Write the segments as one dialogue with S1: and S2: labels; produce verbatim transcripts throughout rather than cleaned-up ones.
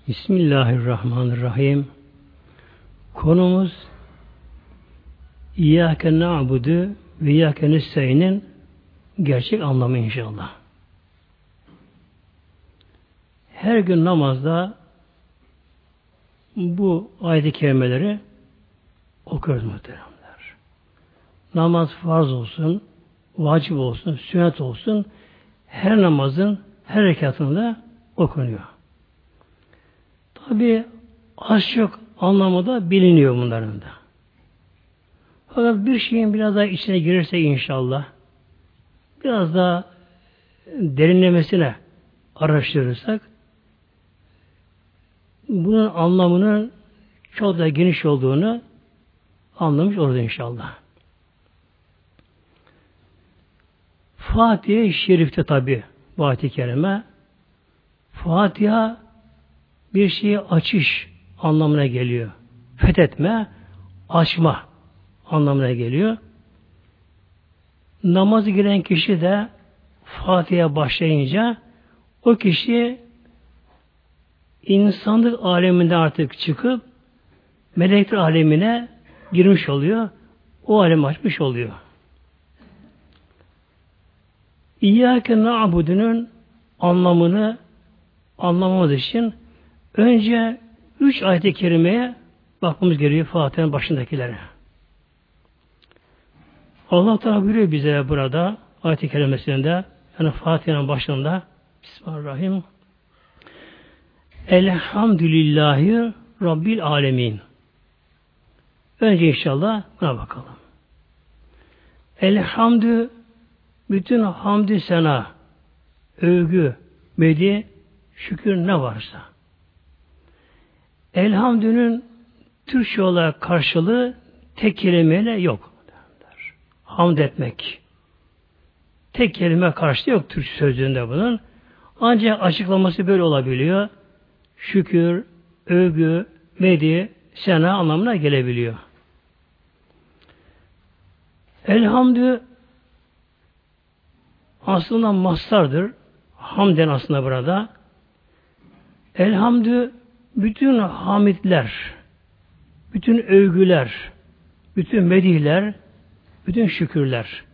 S1: Bismillahirrahmanirrahim. Konumuz İyyâke na'budu ve İyyâke nestaîn'in gerçek anlamı inşallah. Her gün namazda bu ayet-i kerimeleri okuyoruz muhteremler. Namaz farz olsun, vacip olsun, sünnet olsun, her namazın her rekatında okunuyor. Tabi az çok anlamı da biliniyor bunların da. Fakat bir şeyin biraz daha içine girirse inşallah, biraz daha derinlemesine araştırırsak, bunun anlamının çok da geniş olduğunu anlamış oluruz inşallah. Fatiha-i Şerif'te tabi bu ayet-i kerime, Fatiha bir şeyi açış anlamına geliyor. Fethetme, açma anlamına geliyor. Namazı giren kişi de Fatiha'ya başlayınca o kişi insanlık aleminde artık çıkıp melekler alemine girmiş oluyor. O alemi açmış oluyor. İyyâke na'budu'nun anlamını anlamamız için önce üç ayet-i kerimeye bakmamız gerekiyor Fatiha'nın başındakilere. Allah Teala buyuruyor bize burada ayet-i kerimesinde, yani Fatiha'nın başında Bismillahirrahmanirrahim. Elhamdülillahi Rabbil alemin. Önce inşallah buna bakalım. Elhamdü, bütün hamdü sena, övgü, medih, şükür ne varsa. Elhamdünün Türkçe olarak karşılığı tek kelimeyle yok. Hamd etmek. Tek kelime karşılığı yok Türkçe sözlüğünde bunun. Ancak açıklaması böyle olabiliyor. Şükür, övgü, medih, sena anlamına gelebiliyor. Elhamdü aslında mastardır. Hamden aslında burada. Elhamdü bütün hamidler, bütün övgüler, bütün medihler, bütün şükürler.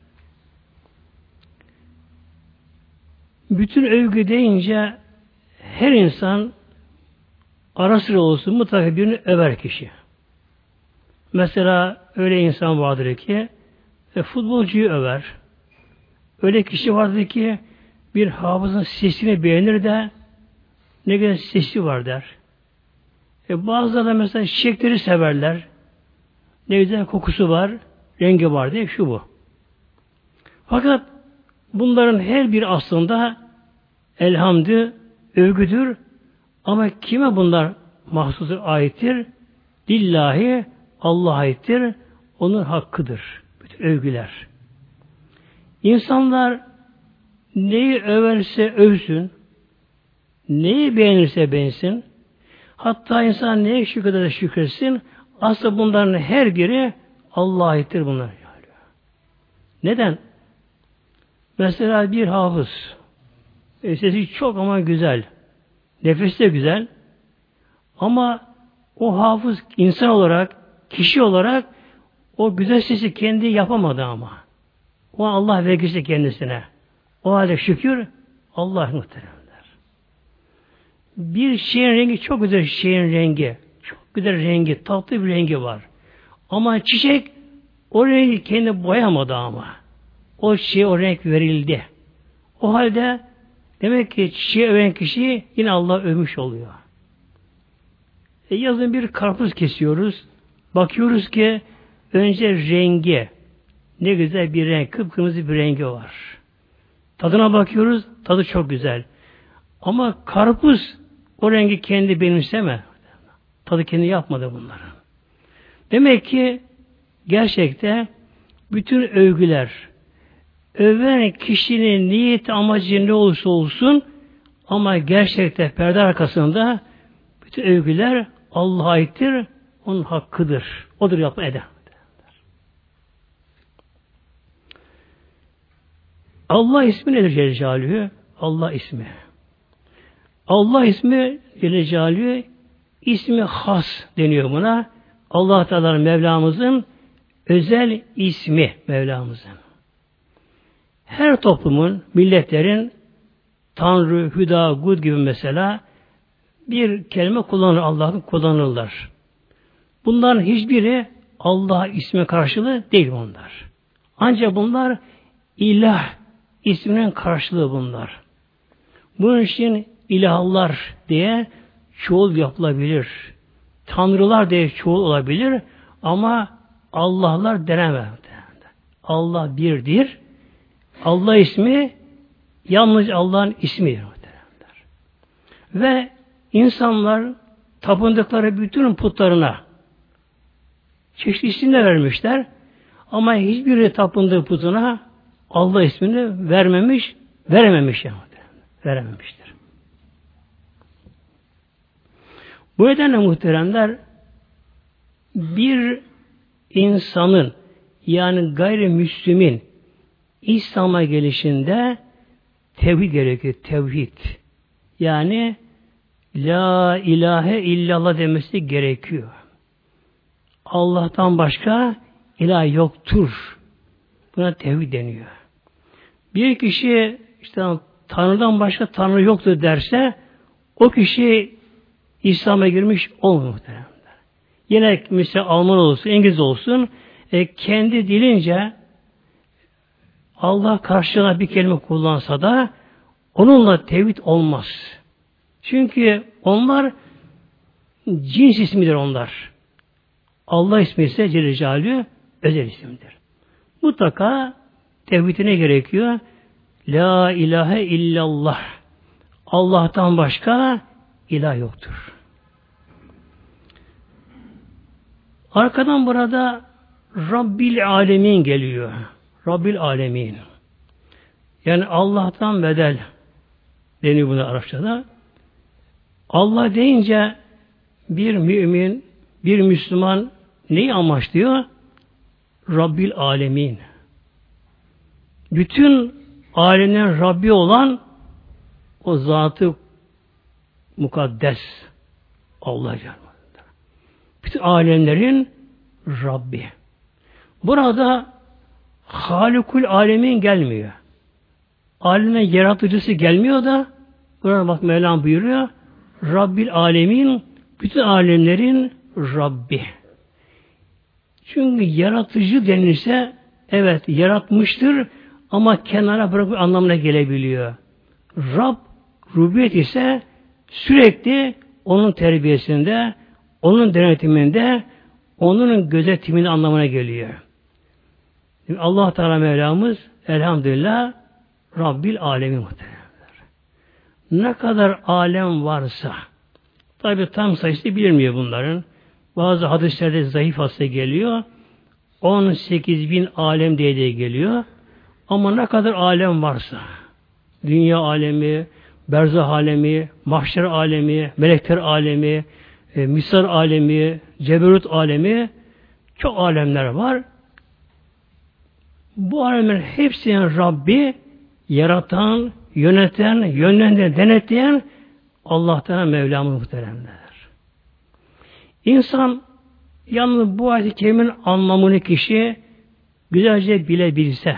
S1: Bütün övgü deyince her insan ara sıra olsun mutlaka birini över kişi. Mesela öyle insan vardır ki e, futbolcuyu över. Öyle kişi vardır ki bir hafızın sesini beğenir de ne kadar sesi var der. E, bazıları da mesela çiçekleri severler. Ne güzel kokusu var, rengi var diye şu bu. Fakat bunların her biri aslında elhamdü, övgüdür. Ama kime bunlar mahsus aittir? Lillahi, Allah'a aittir. Onun hakkıdır. Bütün övgüler. İnsanlar neyi överse övsün, neyi beğenirse beğensin, hatta insan neye şükrederse şükretsin, aslında bunların her biri Allah'a aittir bunlar. Neden? Mesela bir hafız, e, sesi çok ama güzel, nefesi de güzel, ama o hafız insan olarak, kişi olarak o güzel sesi kendi yapamadı ama. O Allah vergisi kendisine. O halde şükür Allah muhteremler. Bir şeyin rengi çok güzel, şeyin rengi. Çok güzel rengi, tatlı bir rengi var. Ama çiçek o rengi kendi boyamadı ama. O çiçeğe o renk verildi. O halde demek ki çiçeği öven kişi yine Allah övmüş oluyor. E yazın bir karpuz kesiyoruz. Bakıyoruz ki önce rengi ne güzel bir renk, kıpkırmızı bir rengi var. Tadına bakıyoruz, tadı çok güzel. Ama karpuz o rengi kendi benimseme. Tadı kendi yapmadı bunları. Demek ki gerçekte bütün övgüler, öven kişinin niyeti amacı ne olursa olsun ama gerçekte perde arkasında bütün övgüler Allah'a aittir, onun hakkıdır. Odur yapma eder. Allah ismi nedir Celle Celaluhu? Allah ismi. Allah ismi Celle Celaluhu ismi has deniyor buna. Allah Teala'nın Mevlamızın özel ismi Mevlamızın. Her toplumun, milletlerin Tanrı, Hüda, Gud gibi mesela bir kelime kullanır, Allah'ın kullanırlar. Bunların hiçbiri Allah ismi karşılığı değil bunlar. Ancak bunlar ilah isminin karşılığı bunlar. Bunun için ilahlar diye çoğul yapılabilir. Tanrılar diye çoğul olabilir ama Allah'lar denemez. Allah birdir. Allah ismi yalnız Allah'ın ismidir. Ve insanlar tapındıkları bütün putlarına çeşitli isimler vermişler. Ama hiçbiri tapındığı putuna Allah ismini vermemiş, verememiş yani. Verememiştir. Bu nedenle muhteremler bir insanın yani gayrimüslimin İslam'a gelişinde tevhid gerekiyor. Tevhid. Yani La ilahe illallah demesi gerekiyor. Allah'tan başka ilah yoktur. Buna tevhid deniyor. Bir kişi işte Tanrı'dan başka Tanrı yoktur derse o kişi İslam'a girmiş olmuyor muhtemelen. Yine mesela Alman olsun, İngiliz olsun e, kendi dilince Allah karşılığında bir kelime kullansa da onunla tevhid olmaz. Çünkü onlar cins ismidir onlar. Allah ismi ise Celle Celaluhu özel isimdir. Mutlaka tevhidine gerekiyor. La ilahe illallah. Allah'tan başka ilah yoktur. Arkadan burada Rabbil Alemin geliyor. Rabbil Alemin. Yani Allah'tan bedel deniyor buna Arapçada. Allah deyince bir mümin, bir Müslüman neyi amaçlıyor? Rabbil Alemin. Bütün alemlerin Rabbi olan o zatı mukaddes Allah Celle. Bütün alemlerin Rabbi. Burada Halikul Alemin gelmiyor. Alemin yaratıcısı gelmiyor da burada bak Mevlam buyuruyor Rabbil Alemin bütün alemlerin Rabbi. Çünkü yaratıcı denilse evet yaratmıştır ama kenara bırakıp anlamına gelebiliyor. Rab, rububiyet ise sürekli onun terbiyesinde, onun denetiminde, onun gözetiminde anlamına geliyor. Şimdi Allah Teala Mevlamız elhamdülillah Rabbil Alemin muhtemelenler. Ne kadar alem varsa tabi tam sayısı bilinmiyor bunların. Bazı hadislerde zayıf hasta geliyor. on sekiz bin alem diye de geliyor. Ama ne kadar alem varsa dünya alemi, berzah alemi, mahşer alemi, melekler alemi, e, misar alemi, ceberut alemi çok alemler var. Bu alemlerin hepsinin Rabbi yaratan, yöneten, yönlendiren, denetleyen Allah'tan Mevlamız muhteremler. İnsan yalnız bu ayet-i kerimenin anlamını kişi güzelce bilebilse,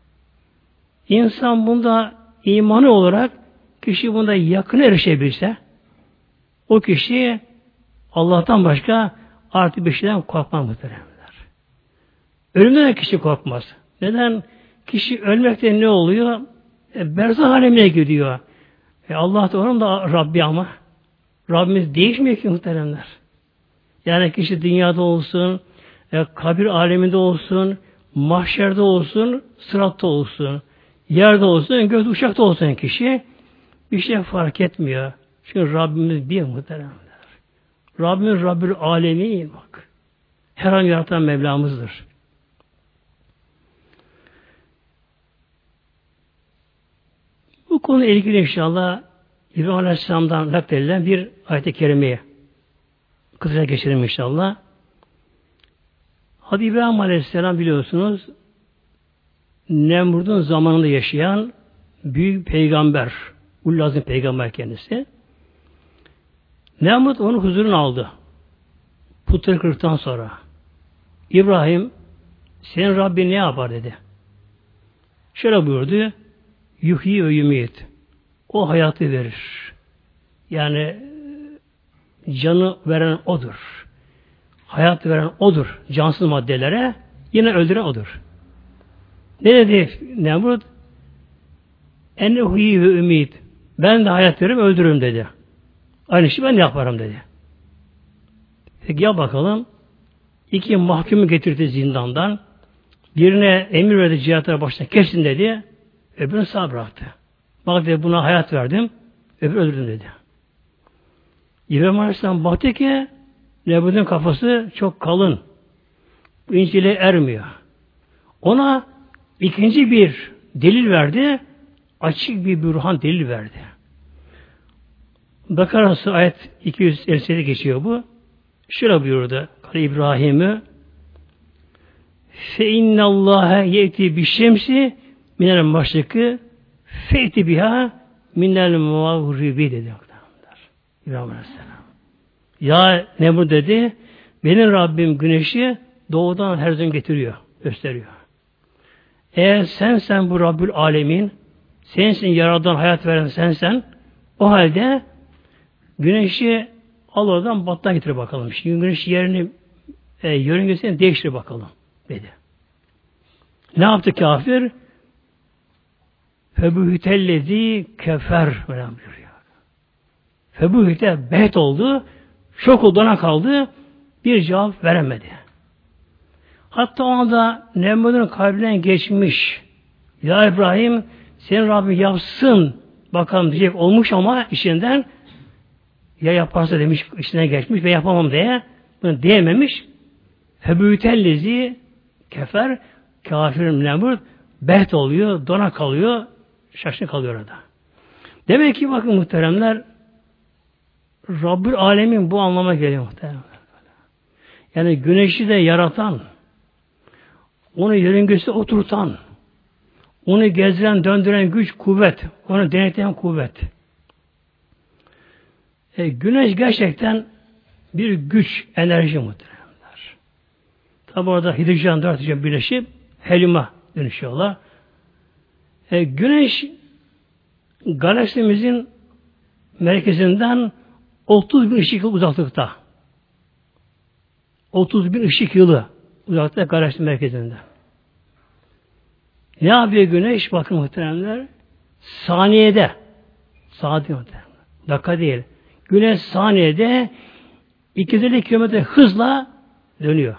S1: insan bunda imanı olarak kişi bunda yakın erişebilse, o kişi Allah'tan başka artık bir şeyden korkmaz muhteremler. Ölümden de kişi korkmaz. Neden? Kişi ölmekte ne oluyor? E, berzah alemine gidiyor. E, Allah da onun da Rabbi ama. Rabbimiz değişmiyor ki muhteremler. Yani kişi dünyada olsun, e, kabir aleminde olsun, mahşerde olsun, sıratta olsun, yerde olsun, gökte uçakta olsun kişi bir şey fark etmiyor. Çünkü Rabbimiz bir muhteremler. Rabbimiz Rabbül Alemin bak. Her an yaratan Mevlamızdır. Bu konuyla ilgili inşallah İbrahim Aleyhisselam'dan nakledilen bir ayet-i kerimeye kısaca geçelim inşallah. Hadi İbrahim Aleyhisselam biliyorsunuz Nemrud'un zamanında yaşayan büyük peygamber, Ulul Azim peygamber kendisi. Nemrut onun huzurunu aldı. Putları kırdıktan sonra. İbrahim, senin Rabbin ne yapar dedi. Şöyle buyurdu. Yuhyi ve yumit. O hayatı verir. Yani canı veren odur. Hayat veren odur. Cansız maddelere yine öldüren odur. Ne dedi Nemrut? Enne huyi ve ümit. Ben de hayat veririm, öldürürüm dedi. Aynı şeyi ben yaparım dedi. Peki ya bakalım. İki mahkumu getirdi zindandan. Birine emir verdi, cihatlara başına kesin dedi. Öbürünü sağ bıraktı. Bak dedi, buna hayat verdim. Öbürü öldürdüm dedi. İbrahim Aleyhisselam baktı ki Nemrut'un kafası çok kalın. Bu İncil'e ermiyor. Ona ikinci bir delil verdi. Açık bir bürhan delil verdi. Bakara ayet iki yüz elli sekiz geçiyor bu. Şöyle buyurdu. İbrahim'e fe innallâhe ye'ti bişşemsi minel maşriki fe'ti biha minel mağribi dedi. İbrahim Aleyhisselam. Ya Nemrut dedi, benim Rabbim güneşi doğudan her zaman getiriyor, gösteriyor. Eğer sen sen bu Rabbül Alemin, sensin yaradan, hayat veren sensen, o halde güneşi al oradan battan getir bakalım. Şimdi güneş yerini, e, yörüngesini değiştir bakalım dedi. Ne yaptı kafir? Febühütellezi kefer böyle buyuruyor. Febühüte beht oldu, şok oldu, ona kaldı, bir cevap veremedi. Hatta o anda Nemrut'un kalbinden geçmiş. Ya İbrahim, senin Rabbin yapsın bakalım diyecek olmuş ama işinden ya yaparsa demiş, işine geçmiş ve yapamam diye bunu diyememiş. Febühütellezi kefer, kafirin Nemrut beht oluyor, dona kalıyor, şaşkın kalıyor orada. Demek ki bakın muhteremler, Rabbül Alemin bu anlama geliyor muhteremler. Yani güneşi de yaratan, onu yörüngesine oturtan, onu gezdiren, döndüren güç, kuvvet, onu denetleyen kuvvet. E, güneş gerçekten bir güç, enerji muhteremler. Tabi orada hidrojen, dört hidrojen birleşip helyuma dönüşüyorlar. E, güneş galaksimizin merkezinden otuz bin ışık yılı uzaklıkta. otuz bin ışık yılı uzaklıkta galaksi merkezinde. Ne yapıyor güneş? Bakın muhteremler. Saniyede. Saat muhteremler. Dakika değil. Güneş saniyede iki yüz elli kilometre hızla dönüyor.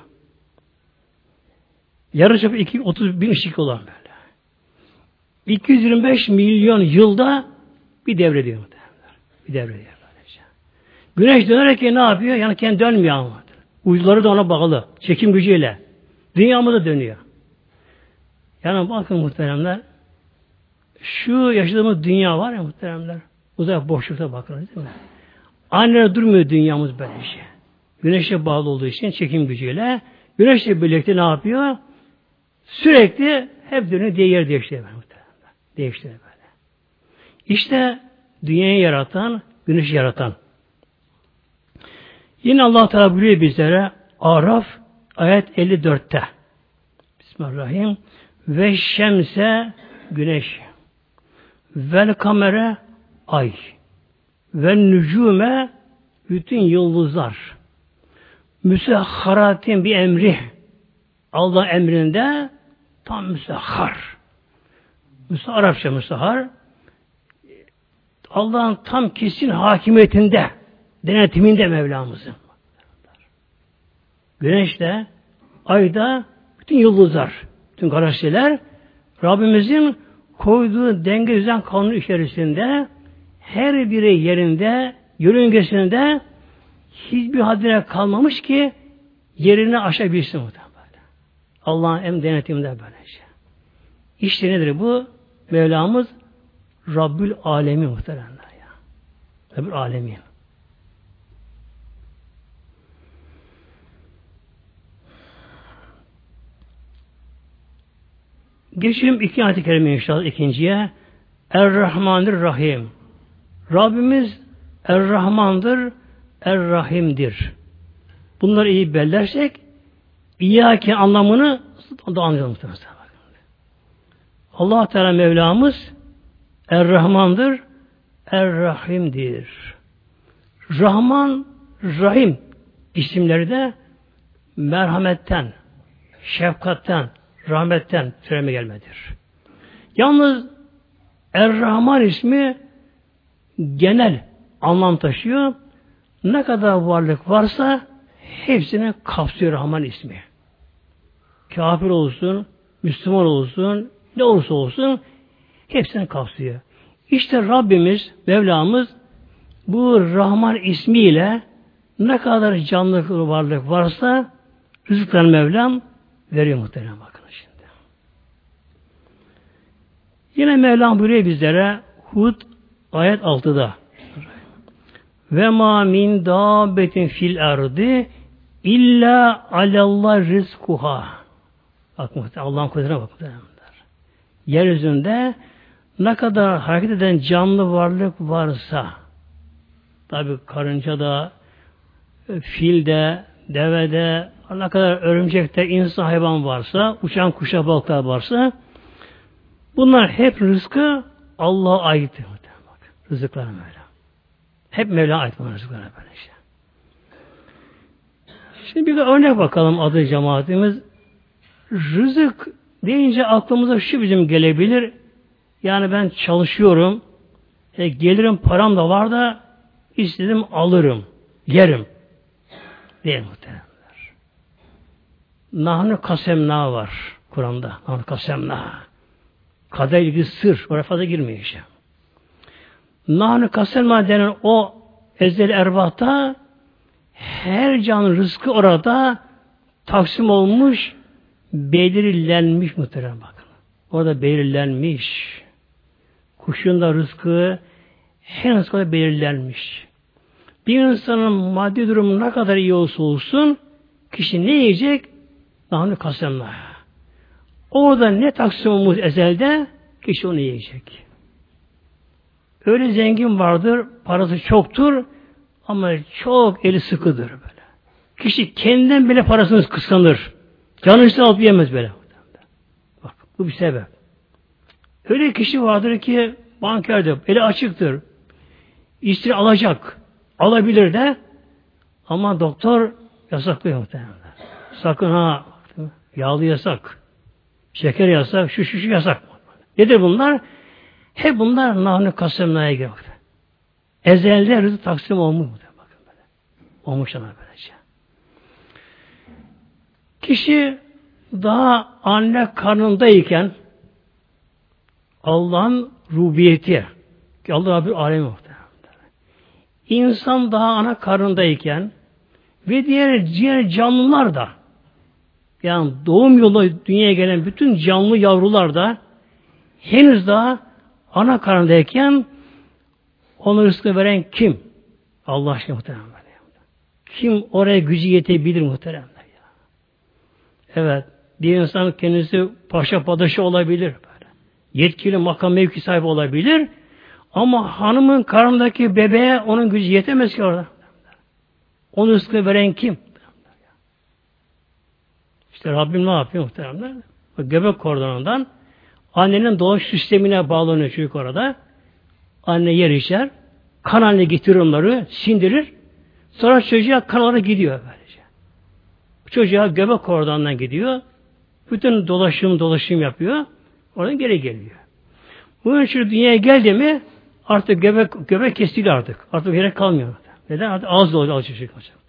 S1: Yarıçapı otuz bin ışık olan böyle. iki yüz yirmi beş milyon yılda bir devrediyor muhteremler. Bir devrediyor. Güneş dönerken ne yapıyor? Yani kendi dönmüyor ama. Uyduları da ona bağlı. Çekim gücüyle. Dünyamız da dönüyor. Yani bakın muhteremler, şu yaşadığımız dünya var ya muhteremler, uzak boşlukta bakın değil mi? Aynı durmuyor dünyamız böyle şey. Güneşe bağlı olduğu için çekim gücüyle, güneşle birlikte ne yapıyor? Sürekli hep dönüyor diye yer değiştiriyor muhteremler. Değiştiriyor böyle. İşte dünyayı yaratan, güneşi yaratan. Yine Allah Teala buyuruyor bizlere Araf ayet elli dörtte. Bismillahirrahmanirrahim. Ve şemse güneş. Vel kamere ay. Ve nücume bütün yıldızlar. Müsehharatin bir emri. Allah emrinde tam müsehhar. Müsehhar Arapça müsehhar. Allah'ın tam kesin hakimiyetinde, denetiminde Mevlamızın. Güneşte, ayda, bütün yıldızlar, bütün galaksiler, Rabbimizin koyduğu denge düzen kanunu içerisinde her biri yerinde, yörüngesinde hiçbir hadine kalmamış ki yerini aşabilsin muhtemelen. Allah'ın em denetiminde böylece. İşte nedir bu? Mevlamız Rabbül Alemin muhtemelen ya. Rabbül Alemin. Geçelim iki ayet-i kerime inşallah ikinciye. Er-Rahmanir Rahim. Rabbimiz Er-Rahmandır, Er-Rahim'dir. Bunları iyi bellersek İyyâke anlamını da anlayalım. Allah Teala Mevlamız Er-Rahman'dır, Er-Rahim'dir. Rahman, Rahim isimleri de merhametten, şefkatten, rahmetten türeme gelmedir. Yalnız Er-Rahman ismi genel anlam taşıyor. Ne kadar varlık varsa hepsini kapsıyor Rahman ismi. Kafir olsun, Müslüman olsun, ne olursa olsun hepsini kapsıyor. İşte Rabbimiz, Mevlamız bu Rahman ismiyle ne kadar canlı varlık varsa rızıklarını Mevlam veriyor muhtemelen, bakın şimdi. Yine Mevlam buyuruyor bizlere Hud ayet altıda ve ma min dabbetin fil ardı illa alallah rizkuha. Bak muhtemelen Allah'ın kudretine bak muhtemelen. Yeryüzünde ne kadar hareket eden canlı varlık varsa, tabi karıncada, filde, devede, ne kadar örümcekte, insan, hayvan varsa, uçan kuşa, balıklar varsa, bunlar hep rızkı Allah'a ait. Bak, rızıklar Mevla. Hep Mevla'ya ait bunlar rızıklar böyle işte. Şimdi bir de örnek bakalım adı cemaatimiz. Rızık deyince aklımıza şu bizim gelebilir. Yani ben çalışıyorum, e, gelirim, param da var da istedim alırım, yerim. Değil muhtemelenler. Nahnu kasemna var Kur'an'da. Nahnu kasemna. Kader ilgili sır. Oraya fazla girmiyor işte. Nahnu kasemna denen o ezeli erbahta her canın rızkı orada taksim olmuş, belirlenmiş muhtemelen bakın. Orada belirlenmiş. Kuşun da rızkı her rızkı belirlenmiş. Bir insanın maddi durumu ne kadar iyi olsa olsun kişi ne yiyecek? Nahnu kasemna. Orada ne taksim olmuş ezelde kişi onu yiyecek. Öyle zengin vardır, parası çoktur ama çok eli sıkıdır böyle. Kişi kendinden bile parasını kıskanır. Canı işte alıp yemez böyle. Bak bu bir sebep. Öyle kişi vardır ki bankerdir, eli açıktır. İstiri alacak. Alabilir de ama doktor yasaklıyor muhtemelen. Sakın ha yağlı yasak. Şeker yasak, şu şu şu yasak. Nedir bunlar? Hep bunlar nahnu kasemnaya giriyor. Ezelde rızık taksim olmuş. Bakın böyle. Olmuşlar böylece. Kişi daha anne karnındayken Allah'ın rububiyeti ki Allah Rabbi alemi muhtemelen. İnsan daha ana karnındayken ve diğer diğer canlılar da yani doğum yolu dünyaya gelen bütün canlı yavrular da henüz daha ana karnındayken ona rızkı veren kim? Allah aşkına muhtemelen. Kim oraya gücü yetebilir muhtemelen. Evet, bir insan kendisi paşa padaşı olabilir. Böyle. Yetkili makam mevki sahibi olabilir. Ama hanımın karnındaki bebeğe onun gücü yetemez ki orada. Onun rızkını veren kim? İşte Rabbim ne yapıyor muhteremler? Göbek kordonundan annenin doğuş sistemine bağlanıyor çocuk orada. Anne yer içer, kan haline getirir onları, sindirir. Sonra çocuğa kanala gidiyor böylece. Çocuğa göbek kordonundan gidiyor. Bütün dolaşım dolaşım yapıyor. Oradan geri geliyor. Bunun için dünyaya geldi mi artık göbek, göbek kesiliyor artık. Artık gerek kalmıyor. Neden? Artık ağız dolu ağız çocuk olacak.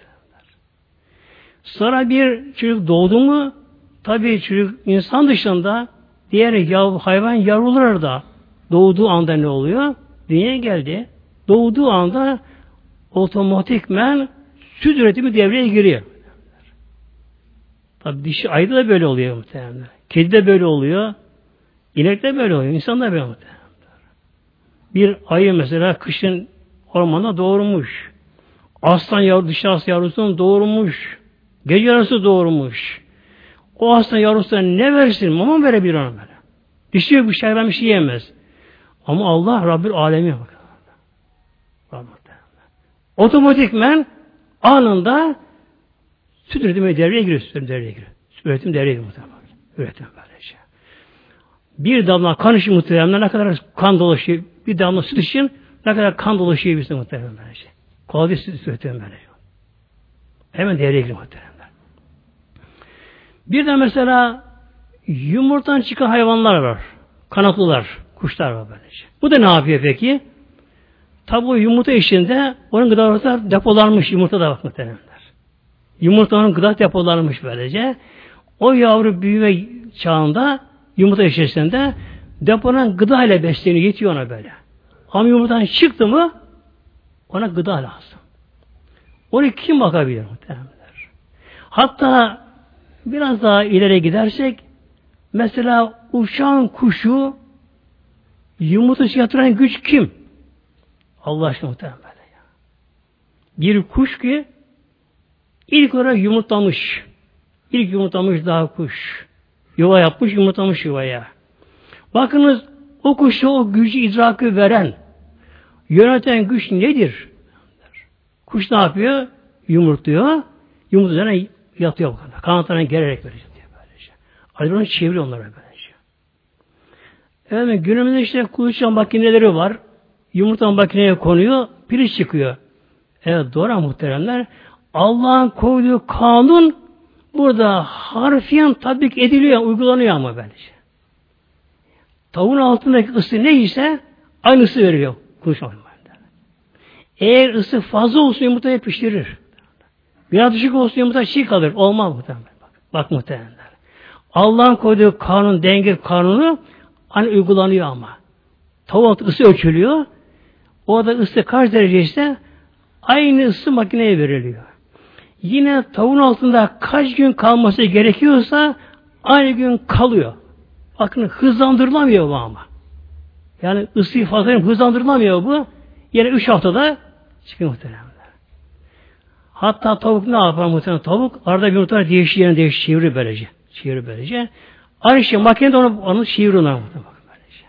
S1: Sonra bir çocuk doğdu mu tabii çocuk insan dışında diğer yav, hayvan yavruları da doğduğu anda ne oluyor? Dünyaya geldi. Doğduğu anda otomatikmen süt üretimi devreye giriyor. Tabii dişi ayda da böyle oluyor muhtemelen. Kedi de böyle oluyor. İnek de böyle oluyor. İnsan da böyle muhtemelen. Bir ayı mesela kışın ormanda doğurmuş. Aslan yavru, dişi aslan yavrusunu doğurmuş. Gece yarısı doğurmuş. O aslan yavrusuna ne versin? Mama verebilir ona böyle. Dişi yok bir şey, bir şey yemez. Ama Allah Rabbül Alemi bakar. Otomatikmen Anında süt üretimi devreye giriyor. Süt üretimi devreye giriyor. Süt üretimi devreye giriyor muhtemelen. Üretim böylece. Bir damla kan için muhtemelen ne kadar kan dolaşıyor. Bir damla süt için ne kadar kan dolaşıyor bir muhtemelen böylece. Kolay bir süt üretimi böylece. Hemen devreye giriyor muhtemelen. Bir de mesela yumurtadan çıkan hayvanlar var. Kanatlılar, kuşlar var böylece. Bu da ne yapıyor peki? Tabi o yumurta içinde onun gıdaları depolanmış. Yumurta da bak muhtemelenler. Yumurtanın gıda depolanmış böylece. O yavru büyüme çağında yumurta içerisinde deponan gıda ile besleniyor. Yetiyor ona böyle. Ama yumurtadan çıktı mı ona gıda lazım. Onu kim bakabilir muhtemelenler? Hatta biraz daha ileri gidersek mesela uçan kuşu yumurtası yatıran güç kim? Allah aşkına muhtemelen böyle ya. Bir kuş ki ilk olarak yumurtlamış. İlk yumurtlamış daha kuş. Yuva yapmış, yumurtlamış yuvaya. Bakınız o kuşa o gücü idrakı veren, yöneten güç nedir? Kuş ne yapıyor? Yumurtluyor. Yumurta üzerine yatıyor bu kadar. Kanatlarına gererek verecek diye böylece. Alevlerini çeviriyor onlara böylece. Evet, günümüzde işte kuluçka makineleri var. Yumurta makineye konuyor, piliç çıkıyor. Evet, doğru muhteremler. Allah'ın koyduğu kanun burada harfiyen tatbik ediliyor, uygulanıyor ama böylece. Tavuğun altındaki ısı neyse aynı ısı veriyor kuluçka makinelerinde. Eğer ısı fazla olsun yumurtayı pişirir. Biraz düşük olsun yumurta çiğ kalır. Olmaz muhtemelen. Bak, bak muhtemelenler. Allah'ın koyduğu kanun, denge kanunu hani uygulanıyor ama. Tavuğun ısı ölçülüyor. O da ısı kaç derece ise aynı ısı makineye veriliyor. Yine tavuğun altında kaç gün kalması gerekiyorsa aynı gün kalıyor. Bakın hızlandırılamıyor bu ama. Yani ısıyı fazla hızlandırılamıyor bu. Yine üç haftada çıkıyor muhtemelen. Hatta tavuk ne yapar muhtemelen? Tavuk arada bir yumurtalar değişir yerine değişir, çevirir böylece. Çevirir böylece. Aynı şey makinede onu, onu çevirir onlar muhtemelen. Böylece.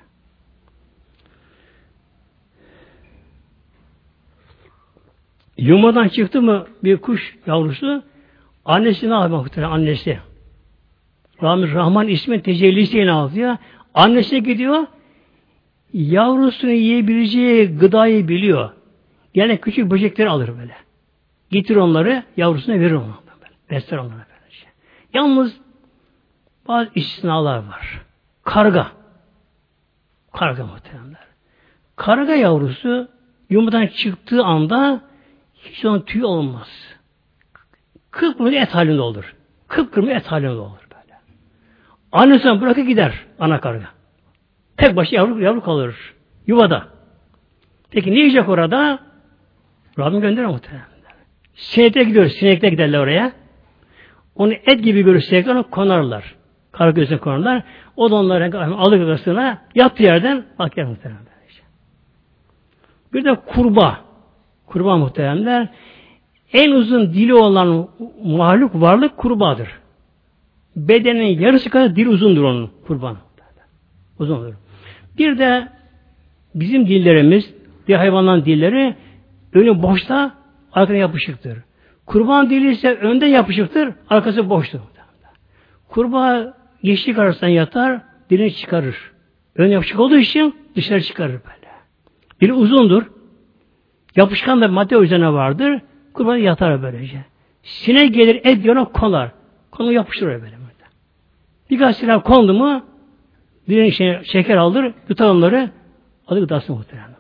S1: Yumurtadan çıktı mı bir kuş yavrusu annesi ne yapar muhtemelen? Annesi. Rahman, Rahman ismi tecellisiyle ne yapıyor? Annesi gidiyor yavrusunu yiyebileceği gıdayı biliyor. Gene küçük böcekleri alır böyle. Getir onları, yavrusuna verir onu. Besler onları böylece. Yalnız bazı istisnalar var. Karga. Karga muhtemelenler. Karga yavrusu yumurtadan çıktığı anda hiç onun tüy olmaz. Kıpkırmızı et halinde olur. Kıpkırmızı et halinde olur böyle. Annesini bırakıp gider ana karga. Tek başına yavru, yavru kalır. Yuvada. Peki ne yiyecek orada? Rabbim gönderir muhtemelen. Sinekler gidiyor. Sinekler giderler oraya. Onu et gibi görür sinekler onu konarlar. Karga gözüne konarlar. O da onları alır arasına yattığı yerden bak yer muhtemelen. Bir de kurbağa. Kurbağa muhteremler. En uzun dili olan mahluk varlık kurbağadır. Bedenin yarısı kadar dil uzundur onun kurban. Uzundur. Bir de bizim dillerimiz, diğer hayvanların dilleri önü boşta, arkasına yapışıktır. Kurban dili ise önde yapışıktır, arkası boştur. Kurbağa yeşillik arasından yatar, dilini çıkarır. Ön yapışık olduğu için dışarı çıkarır böyle. Dili uzundur. Yapışkan da madde üzerine vardır. Kurbağa yatar böylece. Sinek gelir, et yana konar. Konu yapıştırır böyle. Birkaç sinek kondu mu dilin içine şeker alır, yutar onları, alır gıdasını muhteremler.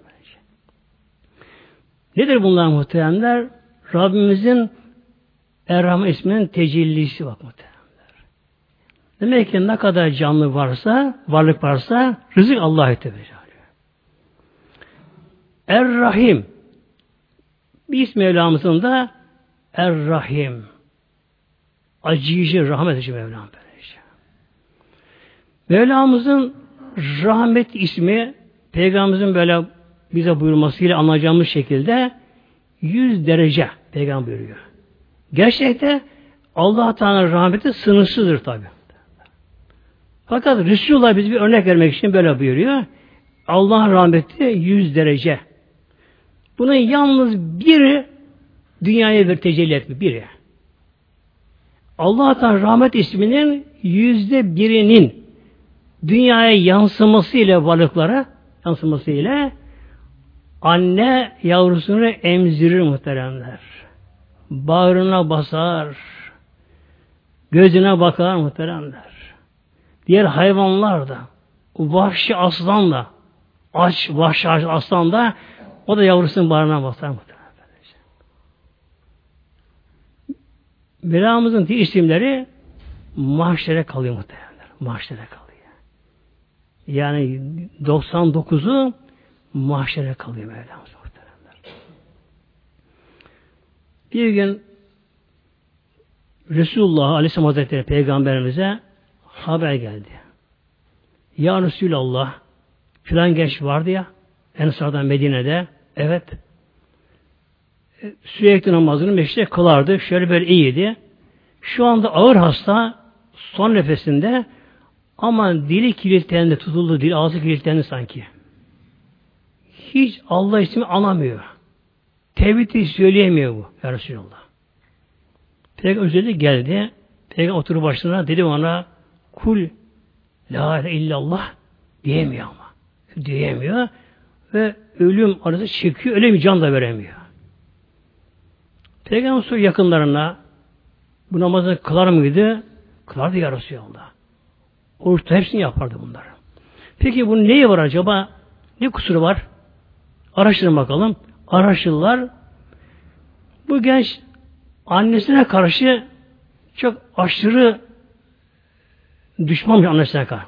S1: Nedir bunlar muhteremler? Rabbimizin Er-Rahman isminin tecellisi bak muhteremler. Demek ki ne kadar canlı varsa, varlık varsa rızık Allah'a teveccüh. Er-Rahim bir ismi Mevlamızın da Er-Rahim. Acıyıcı, rahmet edici Mevlam. Mevlamızın rahmet ismi Peygamberimizin böyle bize buyurmasıyla anlayacağımız şekilde yüz derece Peygamber buyuruyor. Gerçekte Allah Teala'nın rahmeti sınırsızdır tabi. Fakat Resulullah bize bir örnek vermek için böyle buyuruyor. Allah'ın rahmeti yüz derece. Bunun yalnız biri dünyaya bir tecelli etmiyor. Biri. Allah'tan rahmet isminin yüzde birinin dünyaya yansımasıyla balıklara yansımasıyla anne yavrusunu emzirir muhteremler. Bağrına basar. Gözüne bakar muhteremler. Diğer hayvanlar da vahşi aslan da aç vahşi aslan da o da yavrusunun bağrına basar muhteremler. Mevlamızın diğer isimleri mahşere kalıyor muhteremler. Mahşere kalıyor. Yani doksan dokuzu mahşere kalıyor Mevlamız muhteremler. Bir gün Resulullah Aleyhisselam Hazretleri Peygamberimize haber geldi. Ya Resulallah filan genç vardı ya Ensar'dan Medine'de. Evet. Sürekli namazını meşte kılardı. Şöyle böyle iyiydi. Şu anda ağır hasta son nefesinde ama dili kilitlendi, tutuldu dil, ağzı kilitlendi sanki. Hiç Allah ismi anamıyor. Tevhidi söyleyemiyor bu. Ya Resulallah. Peygamber özellikle geldi. Peygamber oturup başına dedi ona kul la ilahe illallah diyemiyor ama. Diyemiyor. Ve ölüm arası çekiyor. Öyle bir can da veremiyor. Peygamber soruyor yakınlarına bu namazı kılar mıydı? Kılardı ya Resulallah. Oruçta hepsini yapardı bunları. Peki bunun neyi var acaba? Ne kusuru var? Araştırın bakalım. Araştırırlar. Bu genç annesine karşı çok aşırı düşmanmış annesine karşı.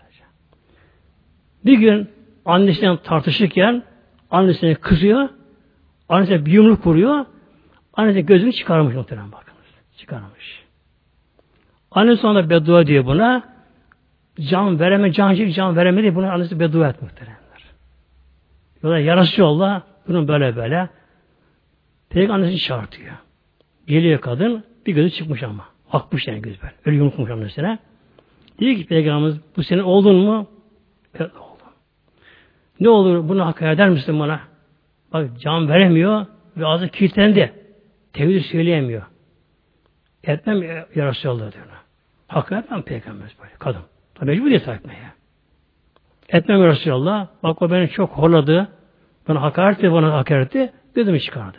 S1: Bir gün annesiyle tartışırken annesine kızıyor. Annesine bir yumruk vuruyor. Annesi gözünü çıkarmış muhtemelen bakınız. Çıkarmış. Annesi sonra beddua diyor buna. Can vereme, cancık can veremedi. Buna annesi beddua et muhtemelenler. Yola yarası yolla. Bunun böyle böyle. Peygamber annesini çağırtıyor. Geliyor kadın. Bir gözü çıkmış ama. Akmış yani göz böyle. Öyle yumrukmuş annesine. Diyor ki Peygamberimiz bu senin oğlun mu? Evet oğlum. Ne olur bunu hak eder misin bana? Bak can veremiyor ve ağzı kilitlendi. Tevhid söyleyemiyor. Etmem ya Resulallah diyor. Hak etmem Peygamberimiz böyle. Kadın. Tabi mecbur değil etmeye. Etmem ya Resulallah. Bak o beni çok horladı. Bana hakaret etti, bana hakaret etti. Gözümü çıkardı.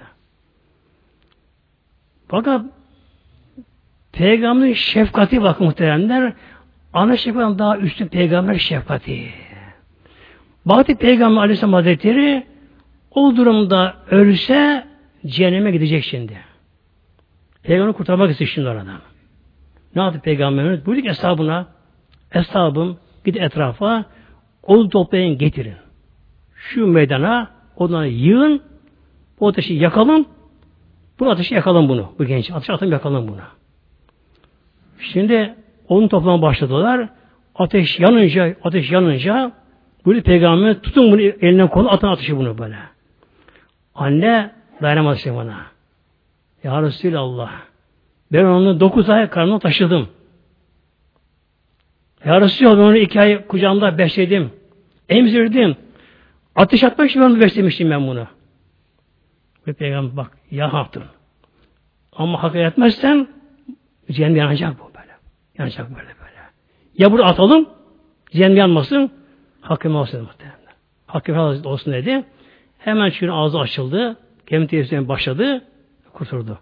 S1: Fakat Peygamberin şefkati bakın muhteremler. Ana şefkatından daha üstün Peygamber şefkati. Baktı Peygamber Aleyhisselam Hazretleri o durumda ölse cehenneme gidecek şimdi. Peygamber'i kurtarmak istiyor şimdi oradan. Ne yaptı Peygamberimiz? Buyurdu ki eshabına eshabım gidin etrafa onu toplayın getirin. Şu meydana onları yığın bu ateşi yakalım bu ateşi yakalım bunu. Bu genç ateşi atın yakalım bunu. Şimdi onu toplamaya başladılar. Ateş yanınca ateş yanınca buyurdu Peygamber tutun bunu elinden kolu atın ateşi bunu böyle. Anne dayanamaz işte bana. Ya Resulallah ben onu dokuz ay karnına taşıdım. Ya Resulallah ben onu iki ay kucağımda besledim. Emzirdim. Ateş atmak için onu beslemiştim ben bunu. Ve Peygamber bak ya hatun. Ama hak etmezsen cehennem yanacak bu böyle. Yanacak böyle böyle. Ya burada atalım cehennem yanmasın hakkım olsun muhtemelen. Hakkım olsun dedi. Hemen çünkü ağzı açıldı. Kemik tesisine başladı. Kurtuldu.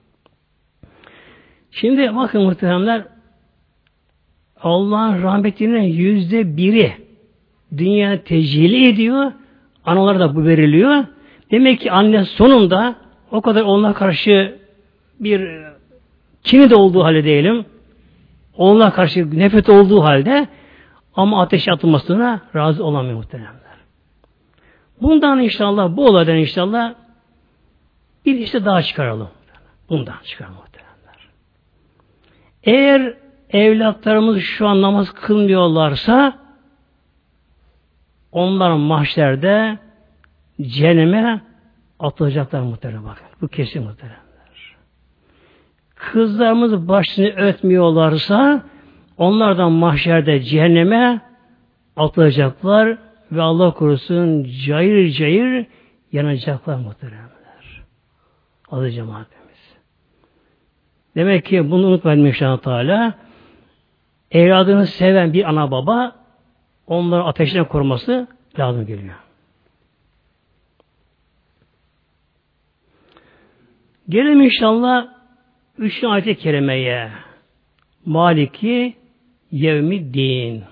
S1: Şimdi bakın muhteremler Allah'ın rahmetinin yüzde biri dünya tecelli ediyor. Analara da bu veriliyor. Demek ki anne sonunda o kadar onlara karşı bir kini de olduğu halde diyelim. Onlara karşı nefret olduğu halde ama ateşe atılmasına razı olamıyor muhteremler. Bundan inşallah bu olaydan inşallah bir işte daha çıkaralım. Bundan çıkaralım muhteremler. Eğer evlatlarımız şu an namaz kılmıyorlarsa onlar mahşerde cehenneme atılacaklar muhterem bakın. Bu kesin muhteremler. Kızlarımız başını ötmüyorlarsa onlardan mahşerde cehenneme atılacaklar ve Allah korusun cayır cayır yanacaklar muhteremler. Adı cemaatimiz. Demek ki bunu unutmayalım inşallah Teala. Evladını seven bir ana baba onları ateşten koruması lazım geliyor. Gelelim inşallah üçüncü ayet-i kerimeye. Maliki yevmiddin.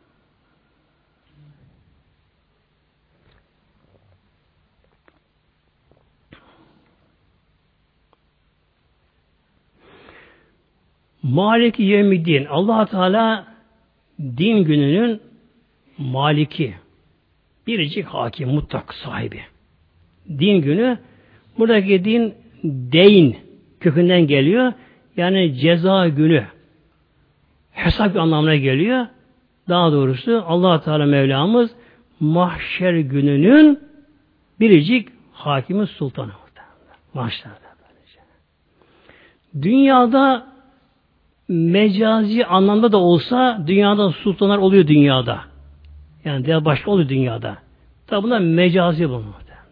S1: Maliki yevmiddin. Allah Teala din gününün maliki. Biricik hakim, mutlak sahibi. Din günü, buradaki din deyn kökünden geliyor. Yani ceza günü. Hesap anlamına geliyor. Daha doğrusu Allah Teala Mevlamız mahşer gününün biricik hakimi sultanı. Mahşerde. Dünyada mecazi anlamda da olsa dünyada sultanlar oluyor dünyada. Yani diğer başka oluyor dünyada. Tabi bunlar mecazi bunlar.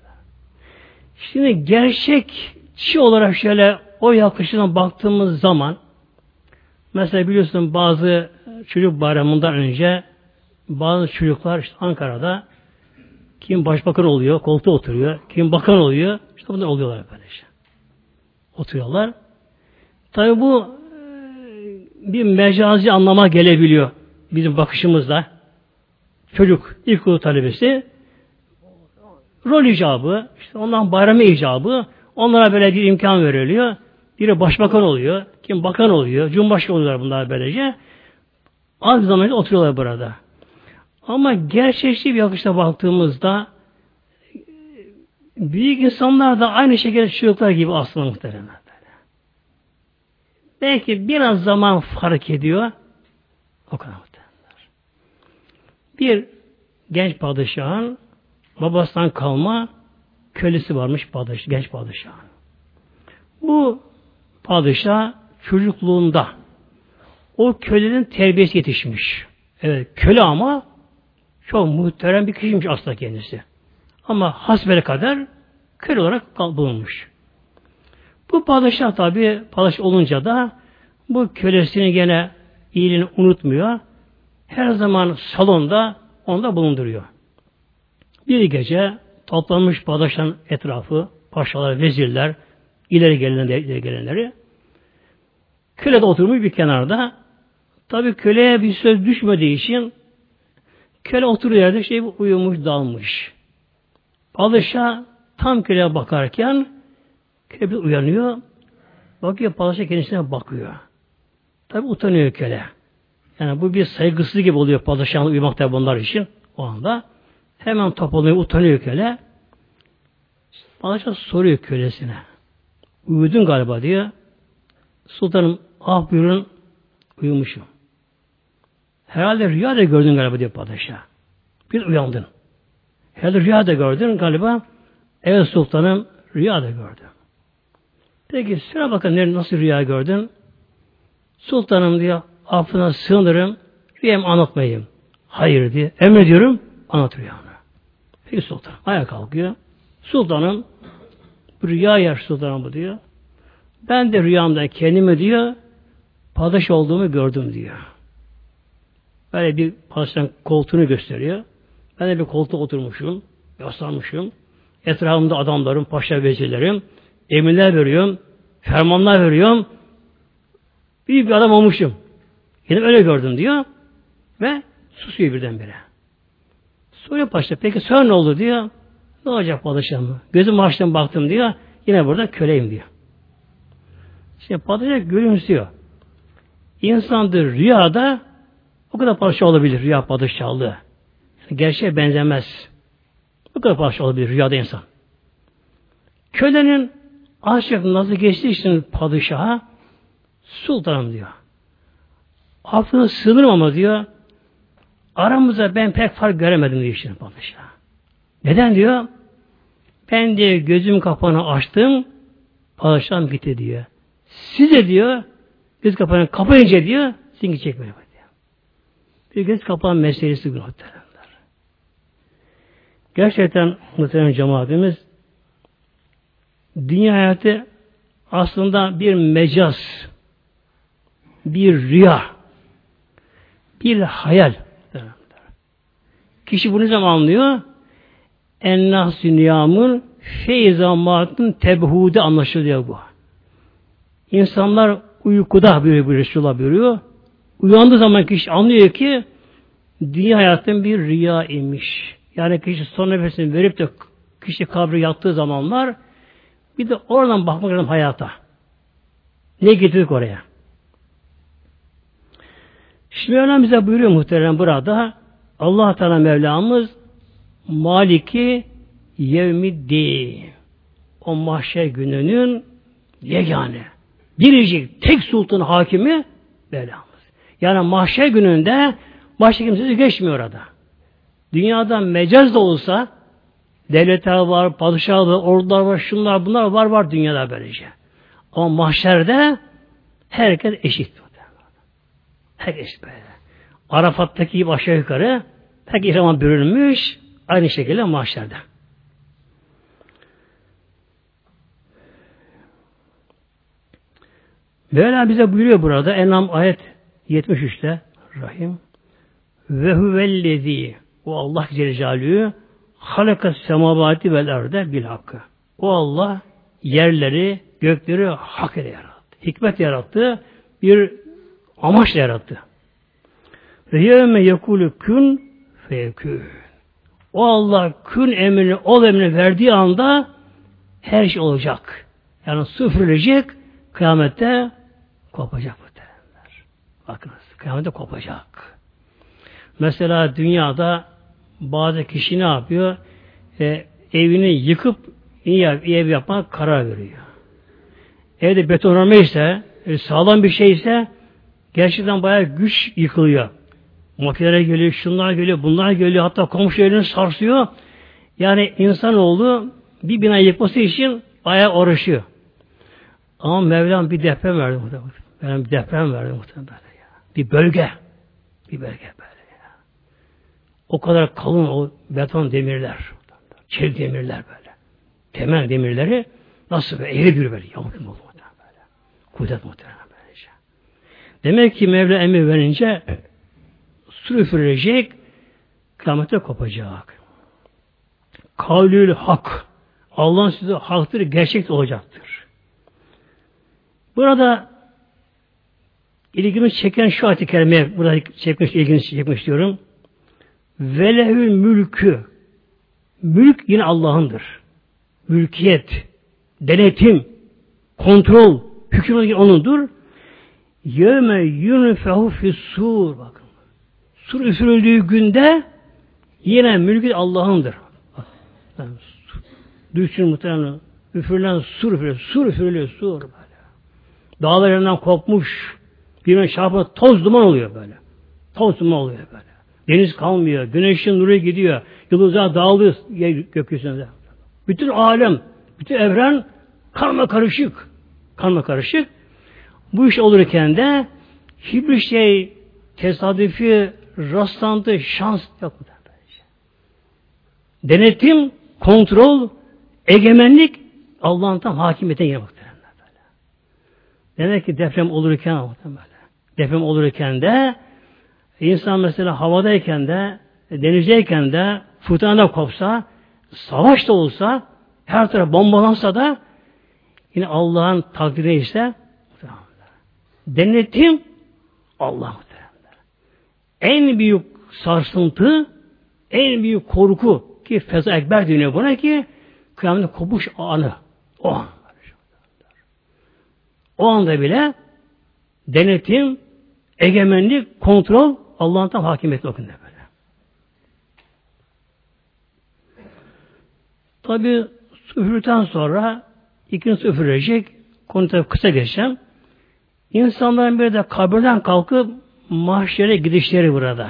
S1: Şimdi gerçekçi olarak şöyle o yaklaşımdan baktığımız zaman mesela biliyorsun bazı çocuk bayramından önce bazı çocuklar işte Ankara'da kim başbakan oluyor, koltuğa oturuyor, kim bakan oluyor, işte bunlar oluyorlar böylece. Oturuyorlar. Tabi bu bir mecazi anlama gelebiliyor bizim bakışımızda. Çocuk ilkokul talebesi rol icabı, işte ondan bayramı icabı, onlara böyle bir imkan veriliyor. Biri başbakan oluyor, kim bakan oluyor, cumhurbaşkanı oluyorlar bunlar böylece. Az bir zamanda oturuyorlar burada. Ama gerçekçi bir bakışta baktığımızda büyük insanlar da aynı şekilde çocuklar gibi aslında muhtemelen. Belki biraz zaman fark ediyor. O kadar muhtemelen. Bir genç padişahın babasından kalma kölesi varmış padişah, genç padişahın. Bu padişah çocukluğunda o kölenin terbiyesi yetişmiş. Evet, köle ama çok muhterem bir kişiymiş aslında kendisi. Ama hasbele kadar köle olarak bulunmuş. Bu padişah tabi padişah olunca da bu kölesini gene iyiliğini unutmuyor. Her zaman salonda onda bulunduruyor. Bir gece toplanmış padişahın etrafı, paşalar, vezirler, ileri gelenler, ileri gelenleri. Köle de oturmuş bir kenarda. Tabi köleye bir söz düşmediği için köle oturuyor yerde şey uyumuş, dalmış. Padişah tam köleye bakarken köle bir uyanıyor. Bakıyor, padişah kendisine bakıyor. Tabi utanıyor köle. Yani bu bir saygısızlık gibi oluyor padişahın uyumakta bunlar için o anda. Hemen toplanıyor, utanıyor köle. Padişah soruyor kölesine. Uyudun galiba diyor. Sultanım ah buyurun uyumuşum. Herhalde rüya da gördün galiba diyor padişah. Bir uyandın. Herhalde rüya da gördün galiba. Evet sultanım rüya da gördüm. Peki sıra bakın nasıl rüya gördün? Sultanım diyor affına sığınırım. Rüyamı anlatmayayım. Hayır diye. Emrediyorum. Anlat rüyanı. Peki sultanım. Ayağa kalkıyor. Sultanım bu rüya yer sultanım bu diyor. Ben de rüyamda kendimi diyor padişah olduğumu gördüm diyor. Böyle bir padişahın koltuğunu gösteriyor. Ben de bir koltuğa oturmuşum. Yaslanmışım. Etrafımda adamlarım, paşa vezirlerim. Emirler veriyorum. Fermanlar veriyorum. Büyük bir adam olmuşum. Yine öyle gördüm diyor. Ve susuyor birdenbire. Soruyor paşa. Peki sonra ne oldu diyor. Ne olacak padişahım? Gözüm açtım baktım diyor. Yine burada köleyim diyor. Şimdi padişah gülümsüyor. İnsandır rüyada o kadar padişah olabilir. Rüya padişahlığı. Yani gerçeğe benzemez. Bu kadar padişah olabilir rüyada insan. Kölenin aşık nasıl geçtiği için padişaha sultanım diyor. Affına sığınırım ama diyor aramızda ben pek fark göremedim diyor şimdi padişah. Neden diyor? Ben diyor gözüm kapağını açtım padişahım gitti diyor. Size diyor göz kapağını kapayınca diyor singi çekmeye diyor. Bir göz kapağı meselesi muhteremler. Gerçekten muhterem cemaatimiz dünya hayatı aslında bir mecaz bir rüya, bir hayal. Kişi bunu ne zaman anlıyor? Ennâs dünyamın feyzamatın tebhude anlaşılıyor bu. İnsanlar uykuda böyle bir Resulullah buyuruyor. Uyandığı zaman kişi anlıyor ki dünya hayatın bir rüya imiş. Yani kişi son nefesini verip de kişi kabre yattığı zamanlar bir de oradan bakmak lazım hayata. Ne getirdik oraya? Şimdi Mevlam bize buyuruyor muhterem burada Allah Teala Mevlamız Maliki Yevmiddin, o mahşer gününün yegane biricik tek sultan hakimi Mevlamız. Yani mahşer gününde başka kimse geçmiyor orada. Dünyada mecaz da olsa devletler var, padişahlar var, ordular var, şunlar bunlar var var dünyada böylece. Ama mahşerde herkes eşit. Herkes eşit böyle. Arafat'taki gibi aşağı yukarı pek ihrama bürünmüş aynı şekilde mahşerde. Mevla bize buyuruyor burada En'am ayet yetmiş üçte Rahim ve huvellezî o Allah Celle Celaluhu halakas semavati vel arde bil hakkı. O Allah yerleri, gökleri hak ile yarattı. Hikmet yarattı. Bir amaçla yarattı. Ve yevme yekûlü kün feyekûn. O Allah kün emrini, ol emrini verdiği anda her şey olacak. Yani sıfırlayacak, kıyamette kopacak bu terimler. Bakınız, kıyamette kopacak. Mesela dünyada bazı kişi ne yapıyor? E, evini yıkıp iyi ev yapmak karar veriyor. Evde betonarme ise, e, sağlam bir şey ise gerçekten bayağı güç yıkılıyor. Makineler geliyor, şunlar geliyor, bunlar geliyor, hatta komşu evini sarsıyor. Yani insanoğlu bir bina yıkması için bayağı uğraşıyor. Ama Mevlam bir deprem verdi muhtemelen. Mevlam bir deprem verdi muhtemelen. Bir bölge. Bir bölge böyle ya. O kadar kalın o beton demirler. Çelik demirler böyle. Temel demirleri nasıl böyle eğri bir böyle yamuk oldu muhtemelen böyle. Kudret muhtemelen böylece. Demek ki Mevla emir verince su üfürülecek, kıyamete kopacak. Kavlül hak. Allah'ın sözü haktır, gerçek olacaktır. Burada ilgimi çeken şu ayet-i kerimeye burada çekmiş, ilgini çekmiş diyorum. Velehül mülkü. Mülk yine Allah'ındır. Mülkiyet, denetim, kontrol, hüküm O'nundur. Yevme yunfehu fis-sur. Bakın. Sur üfürüldüğü günde yine mülkü Allah'ındır. Yani, düşün muhtemelen üfürülen sur üfürüyor. Sur üfürülüyor, sur böyle. Dağlar yerinden kopmuş. Birbirine çarpıp toz duman oluyor böyle. Toz duman oluyor böyle. Deniz kalmıyor. Güneşin nuru gidiyor. Yıldızlar dağılıyor gökyüzünde. Bütün alem, bütün evren karma karışık. Karma karışık. Bu iş olurken de hiçbir şey tesadüfi, rastlantı, şans yok. Denetim, kontrol, egemenlik Allah'ın tam hakimiyetine girmek. Demek ki deprem olurken deprem olurken de insan mesela havadayken de denizdeyken de fırtına kopsa, savaş da olsa, her taraf bombalansa da yine Allah'ın takdiri ise denetim Allah. En büyük sarsıntı, en büyük korku ki feza ekber deniyor buna ki kıyametin kopuş anı. O an. O anda bile denetim, egemenlik, kontrol Allah'ın tam hakimiyeti o günde böyle. Tabi üfürükten sonra ikinci üfürecek. Konu tabi kısa geçeceğim. İnsanların bir de kabirden kalkıp mahşere gidişleri burada.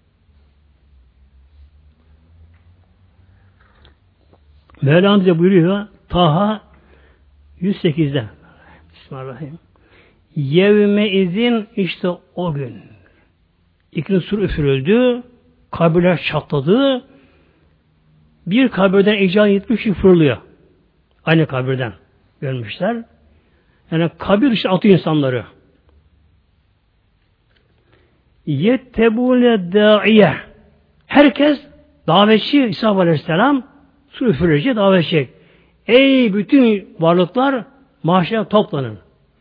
S1: Mevlam bize buyuruyor Taha yüz sekizde Bismillahirrahmanirrahim. Yevme izin işte o gün. İkinci sur üfürüldü. Kabirler çatladı. Bir kabirden icra yetmiş fırlıyor. Aynı kabirden görmüşler. Yani kabir işte atıyor insanları. yettebûne dâiye. Herkes davetçi İsa Aleyhisselam su üfürücü davetçi. Ey bütün varlıklar mahşere toplanın.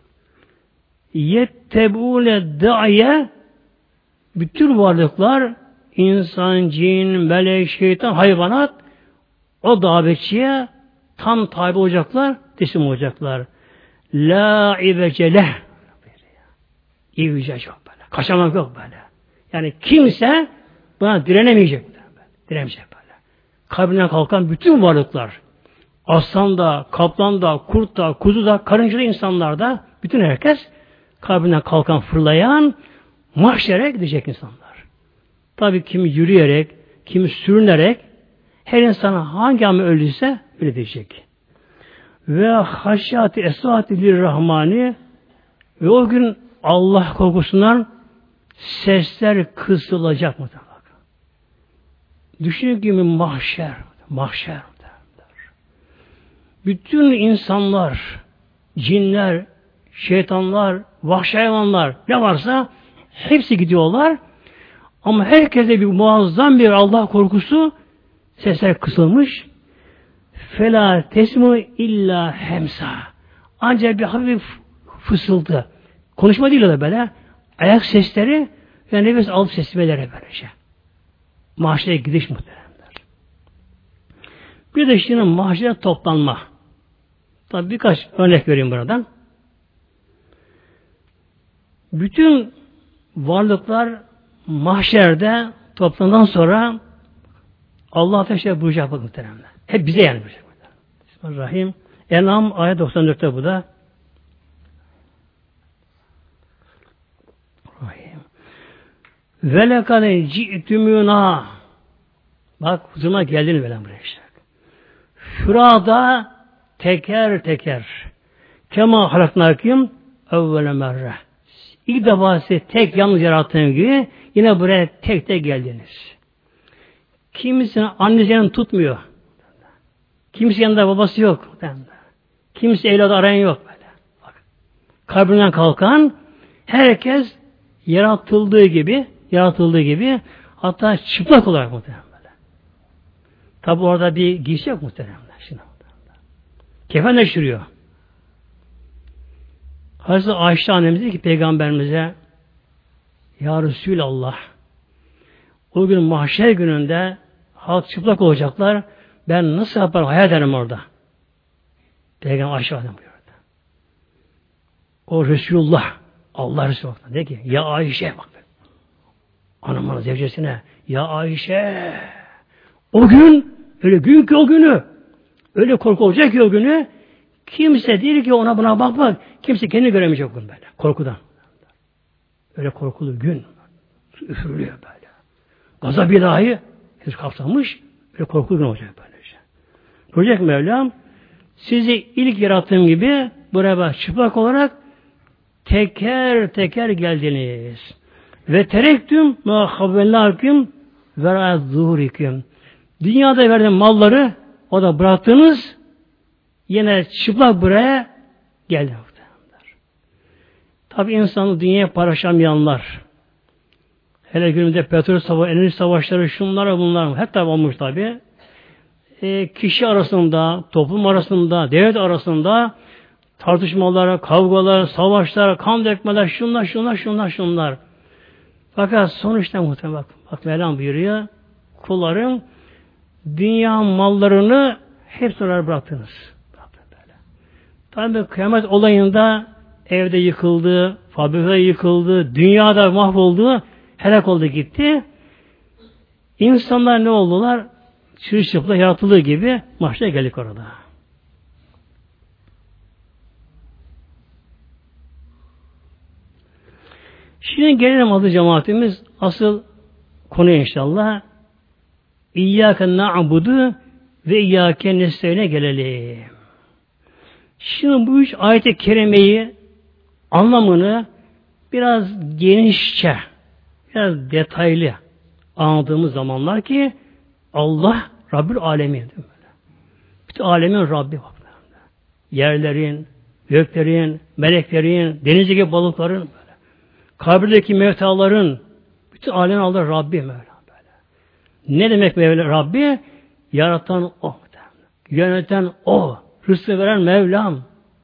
S1: Yettebûne dâiye, bütün varlıklar insan, cin, melek, şeytan, hayvanat o davetçiye tam tabi olacaklar, teslim olacaklar. La ibecele. İvece yok böyle. Kaçamak yok böyle. Yani kimse buna direnemeyecek. Direnemeyecek böyle. Kalbinden kalkan bütün varlıklar. Aslan da, kaplan da, kurt da, kuzu da, karınca da, insanlar da, bütün herkes kalbinden kalkan, fırlayan, mahşere gidecek insanlar. Tabii kimi yürüyerek, kimi sürünerek, her insana hangi amel öldüyse öyle diyecek. Ve haşyati esvati lirrahmani, ve o gün Allah korkusundan sesler kısılacak mı? Düşünün gibi mahşer, mahşer. Bütün insanlar, cinler, şeytanlar, vahşi hayvanlar ne varsa hepsi gidiyorlar. Ama herkese bir muazzam bir Allah korkusu, sesler kısılmış. Fela tesmu illa hemsa. Ancak bir hafif fısıltı. Konuşma değil o da böyle. Ayak sesleri ve nefes alıp seslemeleri böylece. Mahşere gidiş muhteremler. Bir de şimdi mahşere toplanma. Tabi birkaç örnek vereyim buradan. Bütün varlıklar mahşerde toplandan sonra Allah teşekkür buyuracak bakın muhteremler. Hep bize yani buyuracak. Bismillahirrahmanirrahim. En'am ayet doksan dörtte bu da. Ve lekade ci'tümüna, bak huzuruma geldin böyle buraya işte. Fırada teker teker. Kema halaknâküm evvele merre. İlk defa size tek yalnız yarattığım gibi yine buraya tek tek geldiniz. Kimisinin annesi yanını tutmuyor. Kimisi yanında babası yok. Kimisi evladı arayan yok böyle. Bak. Kalbinden kalkan herkes yaratıldığı gibi yaratıldığı gibi hatta çıplak olarak muhtemelen böyle. Tabi orada bir giysi yok muhtemelen. Şimdi kefen de şürüyor. Hazreti Ayşe annemiz dedi ki peygamberimize, ya Resulallah, o gün mahşer gününde halk çıplak olacaklar, ben nasıl yaparım, hayal ederim orada. Peygamber Ayşe annemiz buyurdu. O Resulullah, Allah Resulullah dedi ki, ya Ayşe bak, anamın zevcesine, ya Ayşe, o gün, öyle gün ki o günü, öyle korku olacak ki o günü, kimse değil ki ona buna bak bak, kimse kendini göremeyecek o gün böyle, korkudan. Öyle korkulu gün, üfürülüyor böyle. Gazab ilahi, henüz kapsamış, öyle korkulu gün olacak böylece. Görecek Mevlam, sizi ilk yarattığım gibi, buraya çıplak olarak, teker teker geldiniz. Ve terektüm ma havvellâküm verâ zuhuriküm. Dünyada verdiğim malları o da bıraktınız, yine çıplak buraya geldi. Tabi insanı dünyaya paylaşamayanlar, hele günümüzde petrol savaşı, enerji savaşları, şunlara bunlar hep tabi olmuş tabi. E, kişi arasında, toplum arasında, devlet arasında tartışmalar, kavgalar, savaşlar, kan dökmeler, şunlar, şunlar, şunlar, şunlar. Fakat sonuçta muhtemelen bak, bak Mevlam buyuruyor, kullarım dünya mallarını hep sonra bıraktınız. Tabi kıyamet olayında evde yıkıldı, fabrikada yıkıldı, dünyada mahvoldu, helak oldu gitti. İnsanlar ne oldular? Çırışıkla yaratıldığı gibi mahşere geldik orada. Şimdi gelelim adı cemaatimiz asıl konuya inşallah. İyyâke na'budu ve iyyâke nestaîne gelelim. Şimdi bu üç ayet-i kerimeyi anlamını biraz genişçe, biraz detaylı anladığımız zamanlar ki Allah Rabbül Alemin. Bütün alemin Rabbi bak. Yerlerin, göklerin, meleklerin, denizdeki balıkların, böyle. Kabirdeki mevtaların, Bütün alem alır Rabbi Mevla böyle. Ne demek Mevla Rabbi? Yaratan O. Yöneten O. Rızkı veren Mevlam.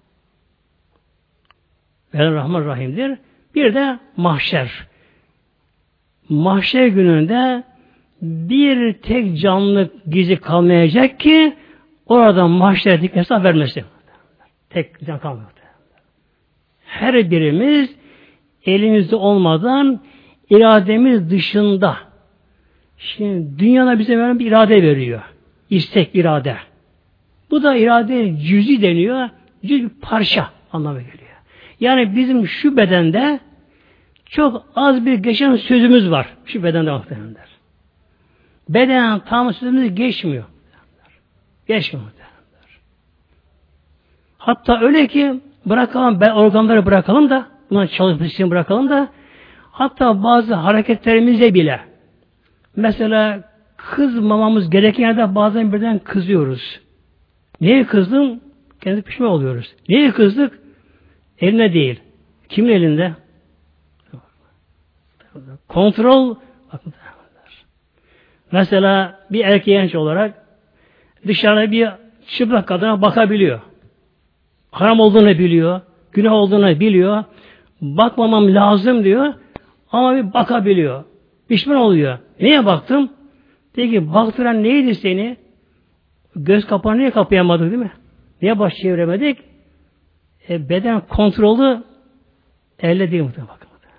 S1: Mevlam Rahman Rahim'dir. Bir de mahşer. Mahşer gününde bir tek canlı gizli kalmayacak ki oradan mahşerdeki hesap vermesin. Tek can kalmıyor. Her birimiz elimizde olmadan irademiz dışında. Şimdi dünyada bize veren bir irade veriyor. İstek, irade. Bu da irade cüzi deniyor. Cüz bir parça anlamına geliyor. Yani bizim şu bedende çok az bir geçen sözümüz var. Şu bedende muhtemelenler. Beden tam sözümüz geçmiyor. Geçmiyor muhtemelenler. Hatta öyle ki bırakalım, organları bırakalım da bunların çalışmasını bırakalım da hatta bazı hareketlerimizle bile mesela kızmamamız gereken yerde bazen birden kızıyoruz. Neye kızdım? Kendi pişman oluyoruz. Neye kızdık? Eline değil. Kimin elinde? Kontrol. Mesela bir erkek genç olarak dışarıda bir çıplak kadına bakabiliyor. Haram olduğunu biliyor. Günah olduğunu biliyor. Bakmamam lazım diyor. Ama bir bakabiliyor. Pişman oluyor. Neye baktım? Peki baktıran neydi seni? Göz kapağını niye kapayamadık değil mi? Niye baş çeviremedik? E, beden kontrolü elle değil muhtemelen.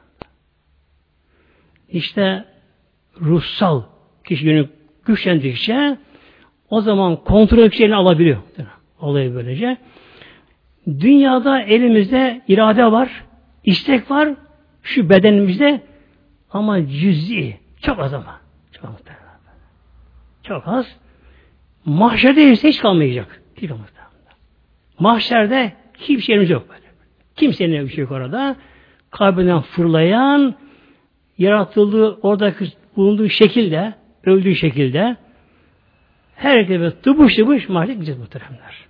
S1: İşte ruhsal kişi yönü güçlendikçe o zaman kontrol kişilerini alabiliyor. Olayı böylece. Dünyada elimizde irade var, istek var, şu bedenimizde ama cüz'i, çok az ama. Çok az. Çok az. Mahşerde ise hiç kalmayacak. Hiç kalmayacak. Mahşerde hiçbir şeyimiz yok böyle. Kimsenin bir şey yok orada. Kalbinden fırlayan, yaratıldığı, oradaki bulunduğu şekilde, öldüğü şekilde herkese böyle tıbış tıbış mahşere gideceğiz muhteremler.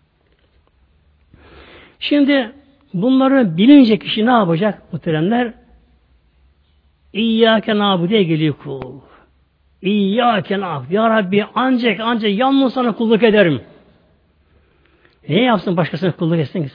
S1: Şimdi bunları bilince kişi ne yapacak muhteremler? İyyâke nâbu diye geliyor kul. İyyâke nâbu. Ya Rabbi ancak ancak yalnız sana kulluk ederim. Ne yapsın başkasına kulluk etsin ki?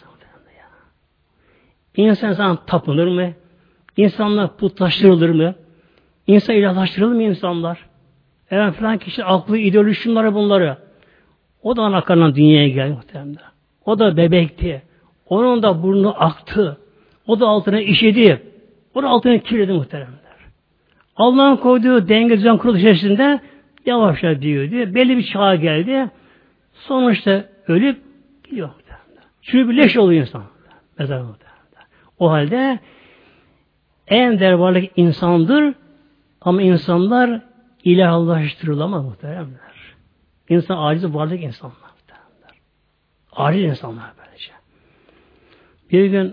S1: İnsan sana tapınır mı? İnsanlar putlaştırılır mı? İnsan ilahlaştırılır mı insanlar? Evet falan kişi aklı, ideoloji şunları bunları. O da ana karnından dünyaya geldi muhtemelen. O da bebekti. Onun da burnu aktı. O da altına işedi. O da altına kirledi muhteremler. Allah'ın koyduğu denge düzen kurulu içerisinde yavaşça büyüdü. Belli bir çağa geldi. Sonuçta ölüp gidiyor muhteremler. Çünkü bir leş oluyor insan. Mezar muhteremler. O halde en değerli varlık insandır ama insanlar ilahlaştırılamaz muhteremler. İnsan aciz varlık insanlar muhteremler. Aciz insanlar böylece. Bir gün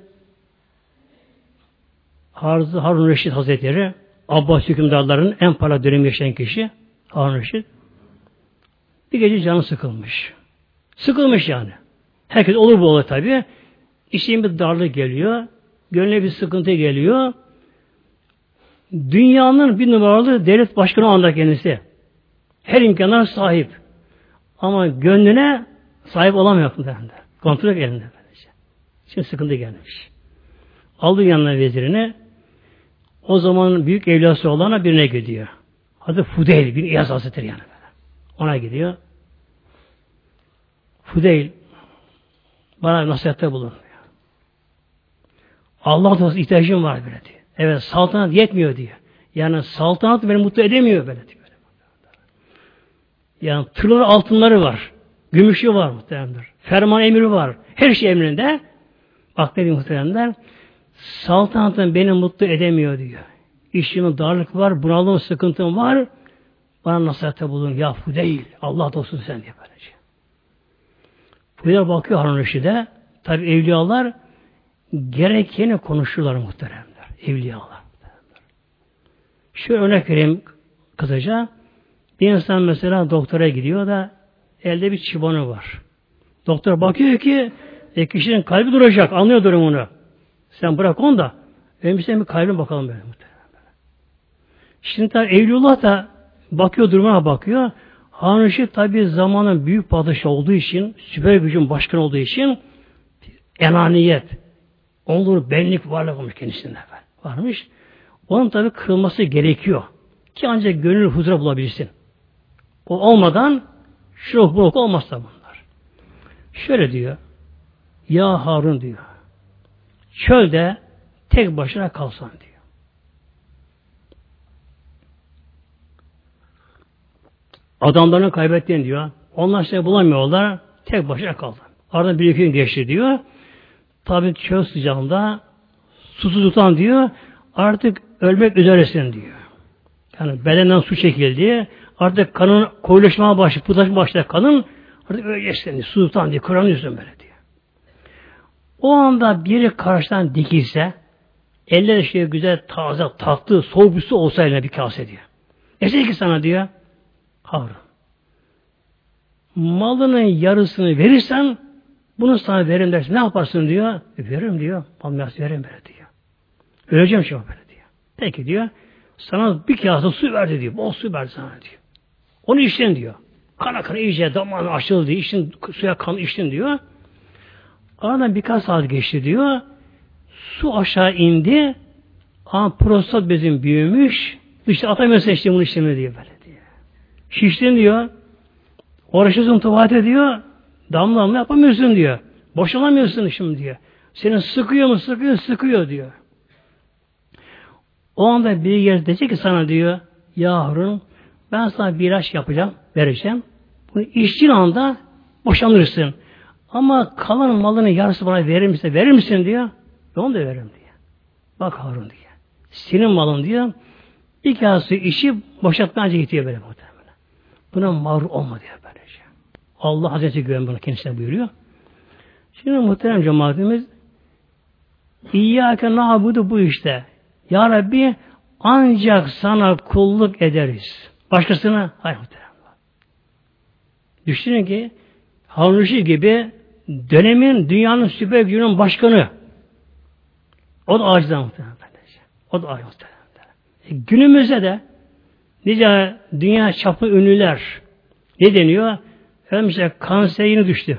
S1: Harun Reşit Hazretleri Abbas hükümdarlarının en parlak dönemi yaşayan kişi Harun Reşit bir gece canı sıkılmış. Sıkılmış yani. Herkes olur bu olur tabi. İşin bir darlık geliyor. Gönlüne bir sıkıntı geliyor. Dünyanın bir numaralı devlet başkanı anda kendisi. Her imkanlara sahip. Ama gönlüne sahip olamıyor. Kontrol elinde. Şimdi sıkıntı gelmiş. Aldı yanına vezirini. O zaman büyük evlası olana birine gidiyor. Adı Fudeyl bin İyaz Hazretleri yani. Ona gidiyor. Fudeyl bana nasihatte bulun. Allah'a ihtiyacım var böyle diyor. Evet saltanat yetmiyor diyor. Yani saltanat beni mutlu edemiyor böyle diyor. Yani tırları altınları var. Gümüşü var muhteremler. Ferman emri var. Her şey emrinde. Bak dedi muhteremler. Saltanatın beni mutlu edemiyor diyor. İşimin darlık var. Bunalım sıkıntım var. Bana nasihatte bulun. Ya Fudeyl. Allah dostun sen diye böylece. Fudeyl bakıyor Harun Reşid'e. Tabi evliyalar gerekeni konuşurlar muhteremler. Evliyalar. Şu örnek vereyim kısaca. Bir insan mesela doktora gidiyor da elde bir çıbanı var. Doktor bakıyor ki e, kişinin kalbi duracak. Anlıyor durumunu. Sen bırak onu da. Önce bir kalbine bakalım böyle. Şimdi tabi Evliullah da bakıyor, durumuna bakıyor. Harun Reşit tabi zamanın büyük padişahı olduğu için, süper gücün başkanı olduğu için enaniyet, onur, benlik varlık olmuş kendisinde varmış. Onun tabi kırılması gerekiyor. Ki ancak gönül huzura bulabilsin. O olmadan şu bu olmazsa bunlar. Şöyle diyor. Ya Harun diyor. Çölde tek başına kalsan diyor. Adamlarını kaybettin diyor. Onlar seni bulamıyorlar. Tek başına kaldın. Aradan bir iki gün geçti diyor. Tabi çöl sıcağında susuz tutan diyor. Artık ölmek üzeresin diyor. Yani bedenden su çekildi. Artık kanın koyulaşmaya başladı. Pıhtılaşmaya başladı kanın. Artık öleceksin diyor. Su tutan diyor. Kıranıyorsun böyle diyor. O anda biri karşıdan dikilse, eller şey güzel, taze, tatlı, soğuk bir su olsa eline bir kase diyor. Neyse ki sana diyor, Harun, malının yarısını verirsen, bunu sana veririm dersin. Ne yaparsın diyor. E, veririm diyor. Malın yarısını veririm böyle diyor. Öleceğim şimdi böyle diyor. Peki diyor, sana bir kase su verdi diyor. Bol su verdi sana diyor. Onu içtin diyor. Kana kana iyice damağını açıldı diyor. İçtin, suya kan içtin diyor. Aradan birkaç saat geçti diyor. Su aşağı indi. Ama prostat bezin büyümüş. İşte atamıyorsun işte bunu işlemi diyor böyle diyor. Şiştin diyor. Uğraşıyorsun tuvalete diyor. Damla damla yapamıyorsun diyor. Boşalamıyorsun şimdi diyor. Seni sıkıyor mu sıkıyor sıkıyor diyor. O anda bir yer diyecek ki sana diyor. Ya Harun ben sana bir ilaç yapacağım. Vereceğim. Bunu içtiğin anda boşanırsın. Ama kalan malının yarısı bana verir misin? Verir misin diyor. Onu da veririm diyor. Bak Harun diyor. Senin malın diyor. Bir kase işi boşaltmayınca gidiyor böyle muhtemelen. Buna mağrur olma diyor böylece. Allah Hazreti güven bunu kendisine buyuruyor. Şimdi muhterem cemaatimiz İyyâke na'budu bu işte. Ya Rabbi ancak sana kulluk ederiz. Başkasına hayır muhterem. Düşünün ki Harun Reşit gibi dönemin dünyanın süper gücünün başkanı. O da acizden muhtemelen. O da acizden muhtemelen. E, günümüzde de nice dünya çapı ünlüler ne deniyor? Efendim işte kanser yeni düştü.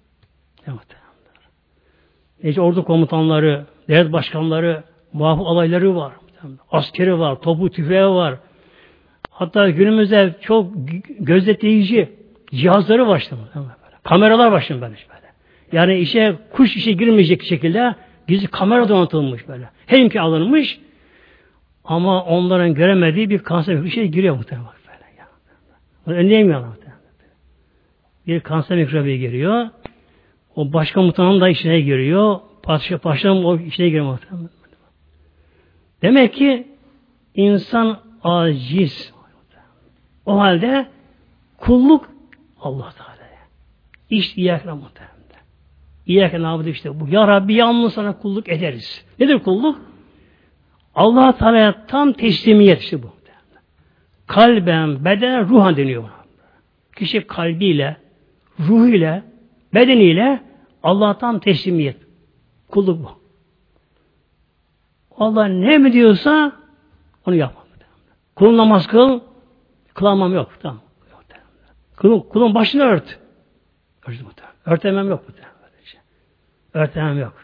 S1: Nice ordu komutanları, devlet başkanları, muhafız alayları var. Askeri var, topu tüfeği var. Hatta günümüzde çok gözetleyici cihazları başladı. Kameralar başladı böyle. Yani işe kuş işe girmeyecek şekilde gizli kamera donatılmış böyle. Her imkan alınmış ama onların göremediği bir kanser bir şey giriyor muhtemelen böyle. Onu önleyemiyorlar muhtemelen. Bir kanser mikrobu giriyor. O başka muhtemelen da işine giriyor. Padişah, padişahın o işine giriyor muhtemelen. Demek ki insan aciz. O halde kulluk Allah Teala'ya. İşte İyyâke muhtemelen. İyyâke na'budu işte bu. Ya Rabbi yalnız sana kulluk ederiz. Nedir kulluk? Allah Teala'ya tam teslimiyet işte bu. Kalben, bedenen, ruhan deniyor buna. Kişi kalbiyle, ruhuyla, bedeniyle Allah'a tam teslimiyet. Kulluk bu. Allah ne mi diyorsa onu yapma. Kulun namaz kıl, kılamam yok. Tamam. Kulun, kulun başını ört. Örtemem yok. Örtemem yok.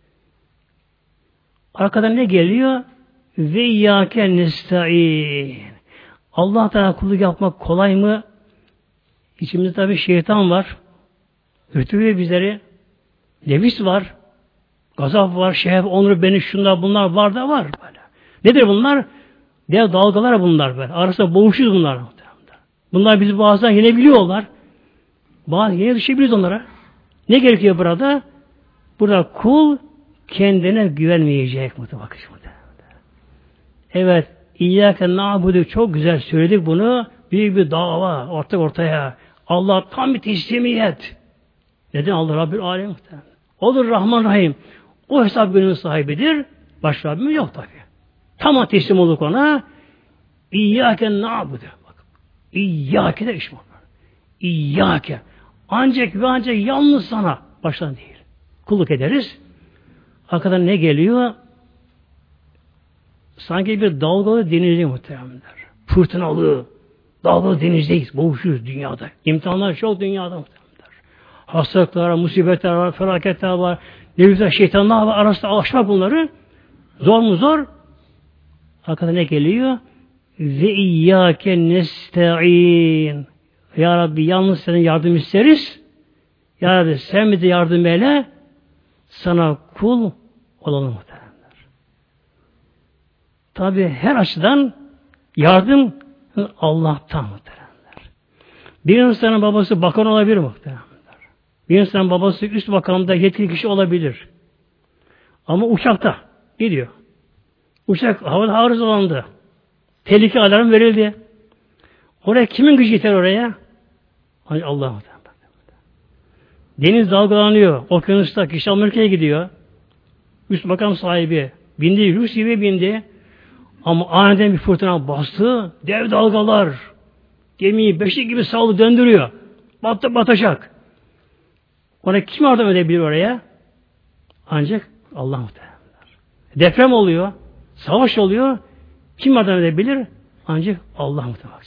S1: Arkadan ne geliyor? Ve iyyâke nesta'in. Allah Teala kulluk yapmak kolay mı? İçimizde tabi şeytan var. Ürtüyor bizleri. Nefis var. Gazap var. Şehv, onur, beni, şunlar, bunlar var da var. Böyle. Nedir bunlar? Dev dalgalar bunlar böyle. Arasında boğuşuyoruz bunlar. Bunlar bizi bazen yenebiliyorlar. Bazen yine düşebiliriz onlara. Ne gerekiyor burada? Burada kul kendine güvenmeyecek mutlaka. Evet, İyyâke na'budu çok güzel söyledik bunu. Büyük bir dava ortak ortaya. Allah tam bir teslimiyet. Neden Allah Rabbül Alem? Olur Rahman Rahim. O hesap gününün sahibidir. Başka Rabbimiz yok tabi. Tamam teslim olduk ona. İyyâke na'budu. İyyâke de iş bu. İyyâke. Ancak ve ancak yalnız sana. Baştan değil. Kulluk ederiz. Arkadan ne geliyor? sanki bir dalgalı denizde muhteremler. Fırtınalı, dalgalı denizdeyiz. Boğuşuyoruz dünyada. İmtihanlar çok dünyada muhteremler. Hastalıklar, musibetler var, felaketler var. Nefisler, şeytanlar var. Arasında aşmak bunları. Zor mu zor? Hakikaten ne geliyor? Ve iyyâke nesta'in. Ya Rabbi yalnız senin yardım isteriz. Ya Rabbi sen bize yardım eyle. Sana kul olalım muhteremler. Tabi her açıdan yardım Allah'tan muhteremler. Bir insanın babası bakan olabilir muhteremler. Bir insanın babası üst makamda yetkili kişi olabilir. Ama uçakta gidiyor. Uçak havada arızalandı. Tehlike alarm verildi. Oraya kimin gücü yeter oraya? Hani Allah muhtemelen. Deniz dalgalanıyor. Okyanusta kişi Amerika'ya gidiyor. Üst makam sahibi bindi, Rus gibi bindi. Ama aniden bir fırtına bastı. Dev dalgalar gemiyi beşik gibi sallı döndürüyor. Battı batacak. Ona kim yardım edebilir oraya? Ancak Allah muhtemelen. Deprem oluyor. Savaş oluyor. Kim yardım edebilir? Ancak Allah muhtemelen.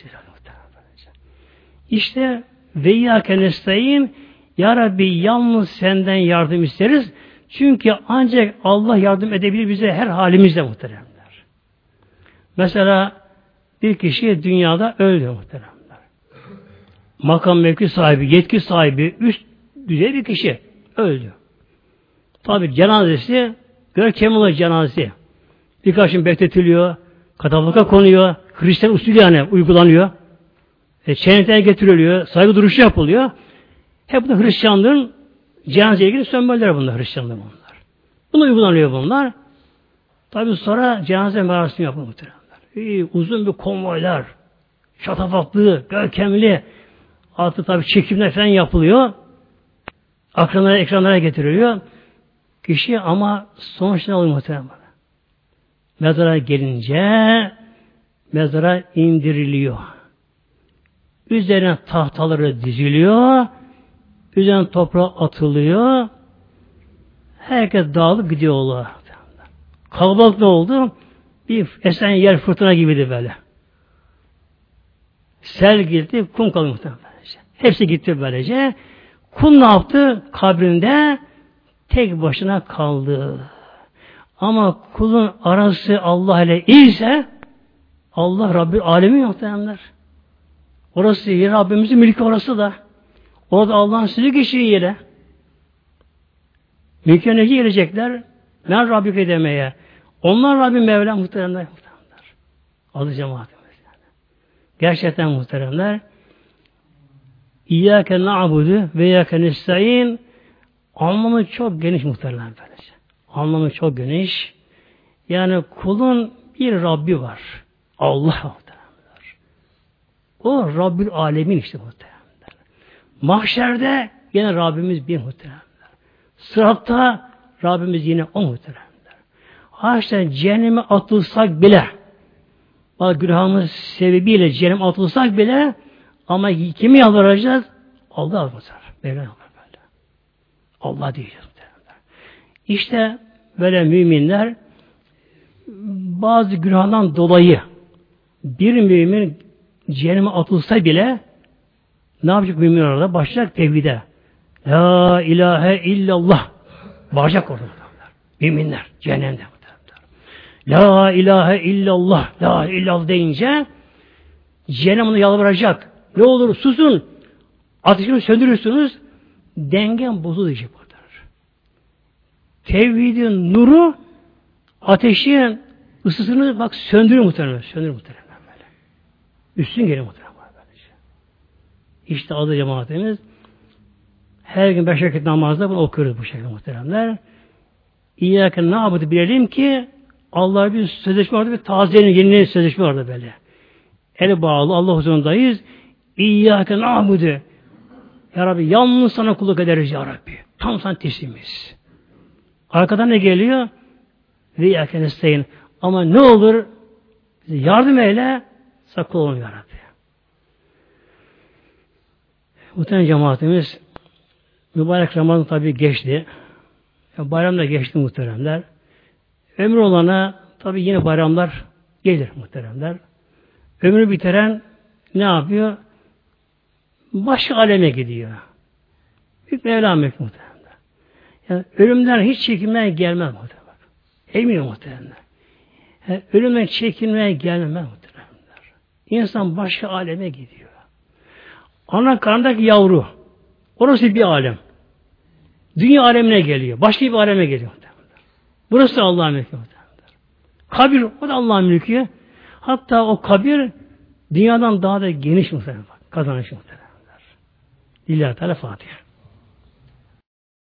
S1: İşte ve iyyâke nestaîn, ya Rabbi yalnız senden yardım isteriz. Çünkü ancak Allah yardım edebilir bize her halimizde muhteremler. Mesela bir kişi dünyada öldü muhteremler. Makam mevki sahibi, yetki sahibi, üst düzey bir kişi öldü. Tabi cenazesi görkemli cenazesi. Birkaç gün bekletiliyor, katafalka konuyor, Hristiyan usulü yani uygulanıyor. E, Çenetine getiriliyor, saygı duruşu yapılıyor. Hep bu Hristiyanlığın cenazeye ilgili semboller bunlar, Hristiyanlığı bunlar. Bunu uygulanıyor bunlar. Tabi sonra cenaze merasimi yapılıyor muhtemelen. İyi, uzun bir konvoylar, şatafatlı, görkemli, artık tabi çekimler falan yapılıyor. Ekranlara, ekranlara getiriliyor. Kişi ama sonuçta oluyor muhtemelen. Mezara gelince mezara indiriliyor. Üzerine tahtaları diziliyor. Üzerine toprağa atılıyor. Herkes dağılıp gidiyorlar. Kalabalık ne oldu? Bir esen yer fırtına gibiydi böyle. Sel gitti, kum kaldı muhtemelen. Hepsi gitti böylece. Kum ne yaptı? Kabrinde tek başına kaldı. Ama kulun arası Allah ile iyiyse Allah Rabbi alemi muhtemelenler. Orası yeri Rabbimizin mülkü orası da. Orada Allah'ın sözü kişiyi yere. Mülküne nece gelecekler? Ben Rabbike demeye. Onlar Rabbim Mevla muhteremler. muhteremler. Adı cemaatimiz yani. Gerçekten muhteremler. İyyâke na'budu ve iyyâke nestaîn, anlamı çok geniş muhteremler böylece. Anlamı çok geniş. Yani kulun bir Rabbi var. Allah muhteremler. O Rabbül Alemin işte muhteremler. Mahşerde yine Rabbimiz bir muhteremler. Sıratta Rabbimiz yine o muhteremler. Haşta cehenneme atılsak bile, bak günahımız sebebiyle cehenneme atılsak bile, ama kimi yalvaracağız? Allah almasar. Mevla yalvar böyle. Allah diyeceğiz muhteremler. İşte böyle müminler bazı günahdan dolayı bir mümin cehenneme atılsa bile ne yapacak mümin orada? Başlayacak tevhide. La ilahe illallah. Bağıracak orada. Müminler cehennemde. La ilahe illallah. La illallah deyince cehennem onu yalvaracak. Ne olur susun. Ateşini söndürürsünüz. Dengen bozulacak orada. Tevhidin nuru ateşin ısısını bak söndürür muhtemelen. Söndürür muhtemelen böyle. Üstün gelir muhtemelen böylece. İşte adı cemaatimiz. Her gün beş vakit namazda bunu okuyoruz bu şekilde muhteremler. İyyâke na'budu bilelim ki Allah'a bir sözleşme vardı, bir taziyenin yenileyen sözleşme vardı böyle. El bağlı Allah huzurundayız. İyyâke na'budu. Ya Rabbi yalnız sana kulluk ederiz ya Rabbi. Tam sana teslimiz. Arkadan ne geliyor? Ve iyyâke nestaîn. Ama ne olur yardım eyle, saklı olun ya Rabbi. Muhtemelen cemaatimiz mübarek Ramazan tabi geçti. Bayram da geçti muhteremler. Ömrü olana Tabi yine bayramlar gelir muhteremler. Ömrü bitiren ne yapıyor? Başka aleme gidiyor. Büyük Mevla muhteremler. Yani ölümden hiç çekinmeye gelmez muhteremler. Eminim muhteremler. Yani ölümden çekinmeye gelmez muhteremler. İnsan başka aleme gidiyor. Ana karnındaki yavru. Orası bir alem. Dünya alemine geliyor. Başka bir aleme geliyor. Burası da Allah'ın mülkü. Kabir, o da Allah'ın mülkü. Hatta o kabir dünyadan daha da geniş muhtemelen. Kazanış muhtemelen. Lillahi Teala Fatiha.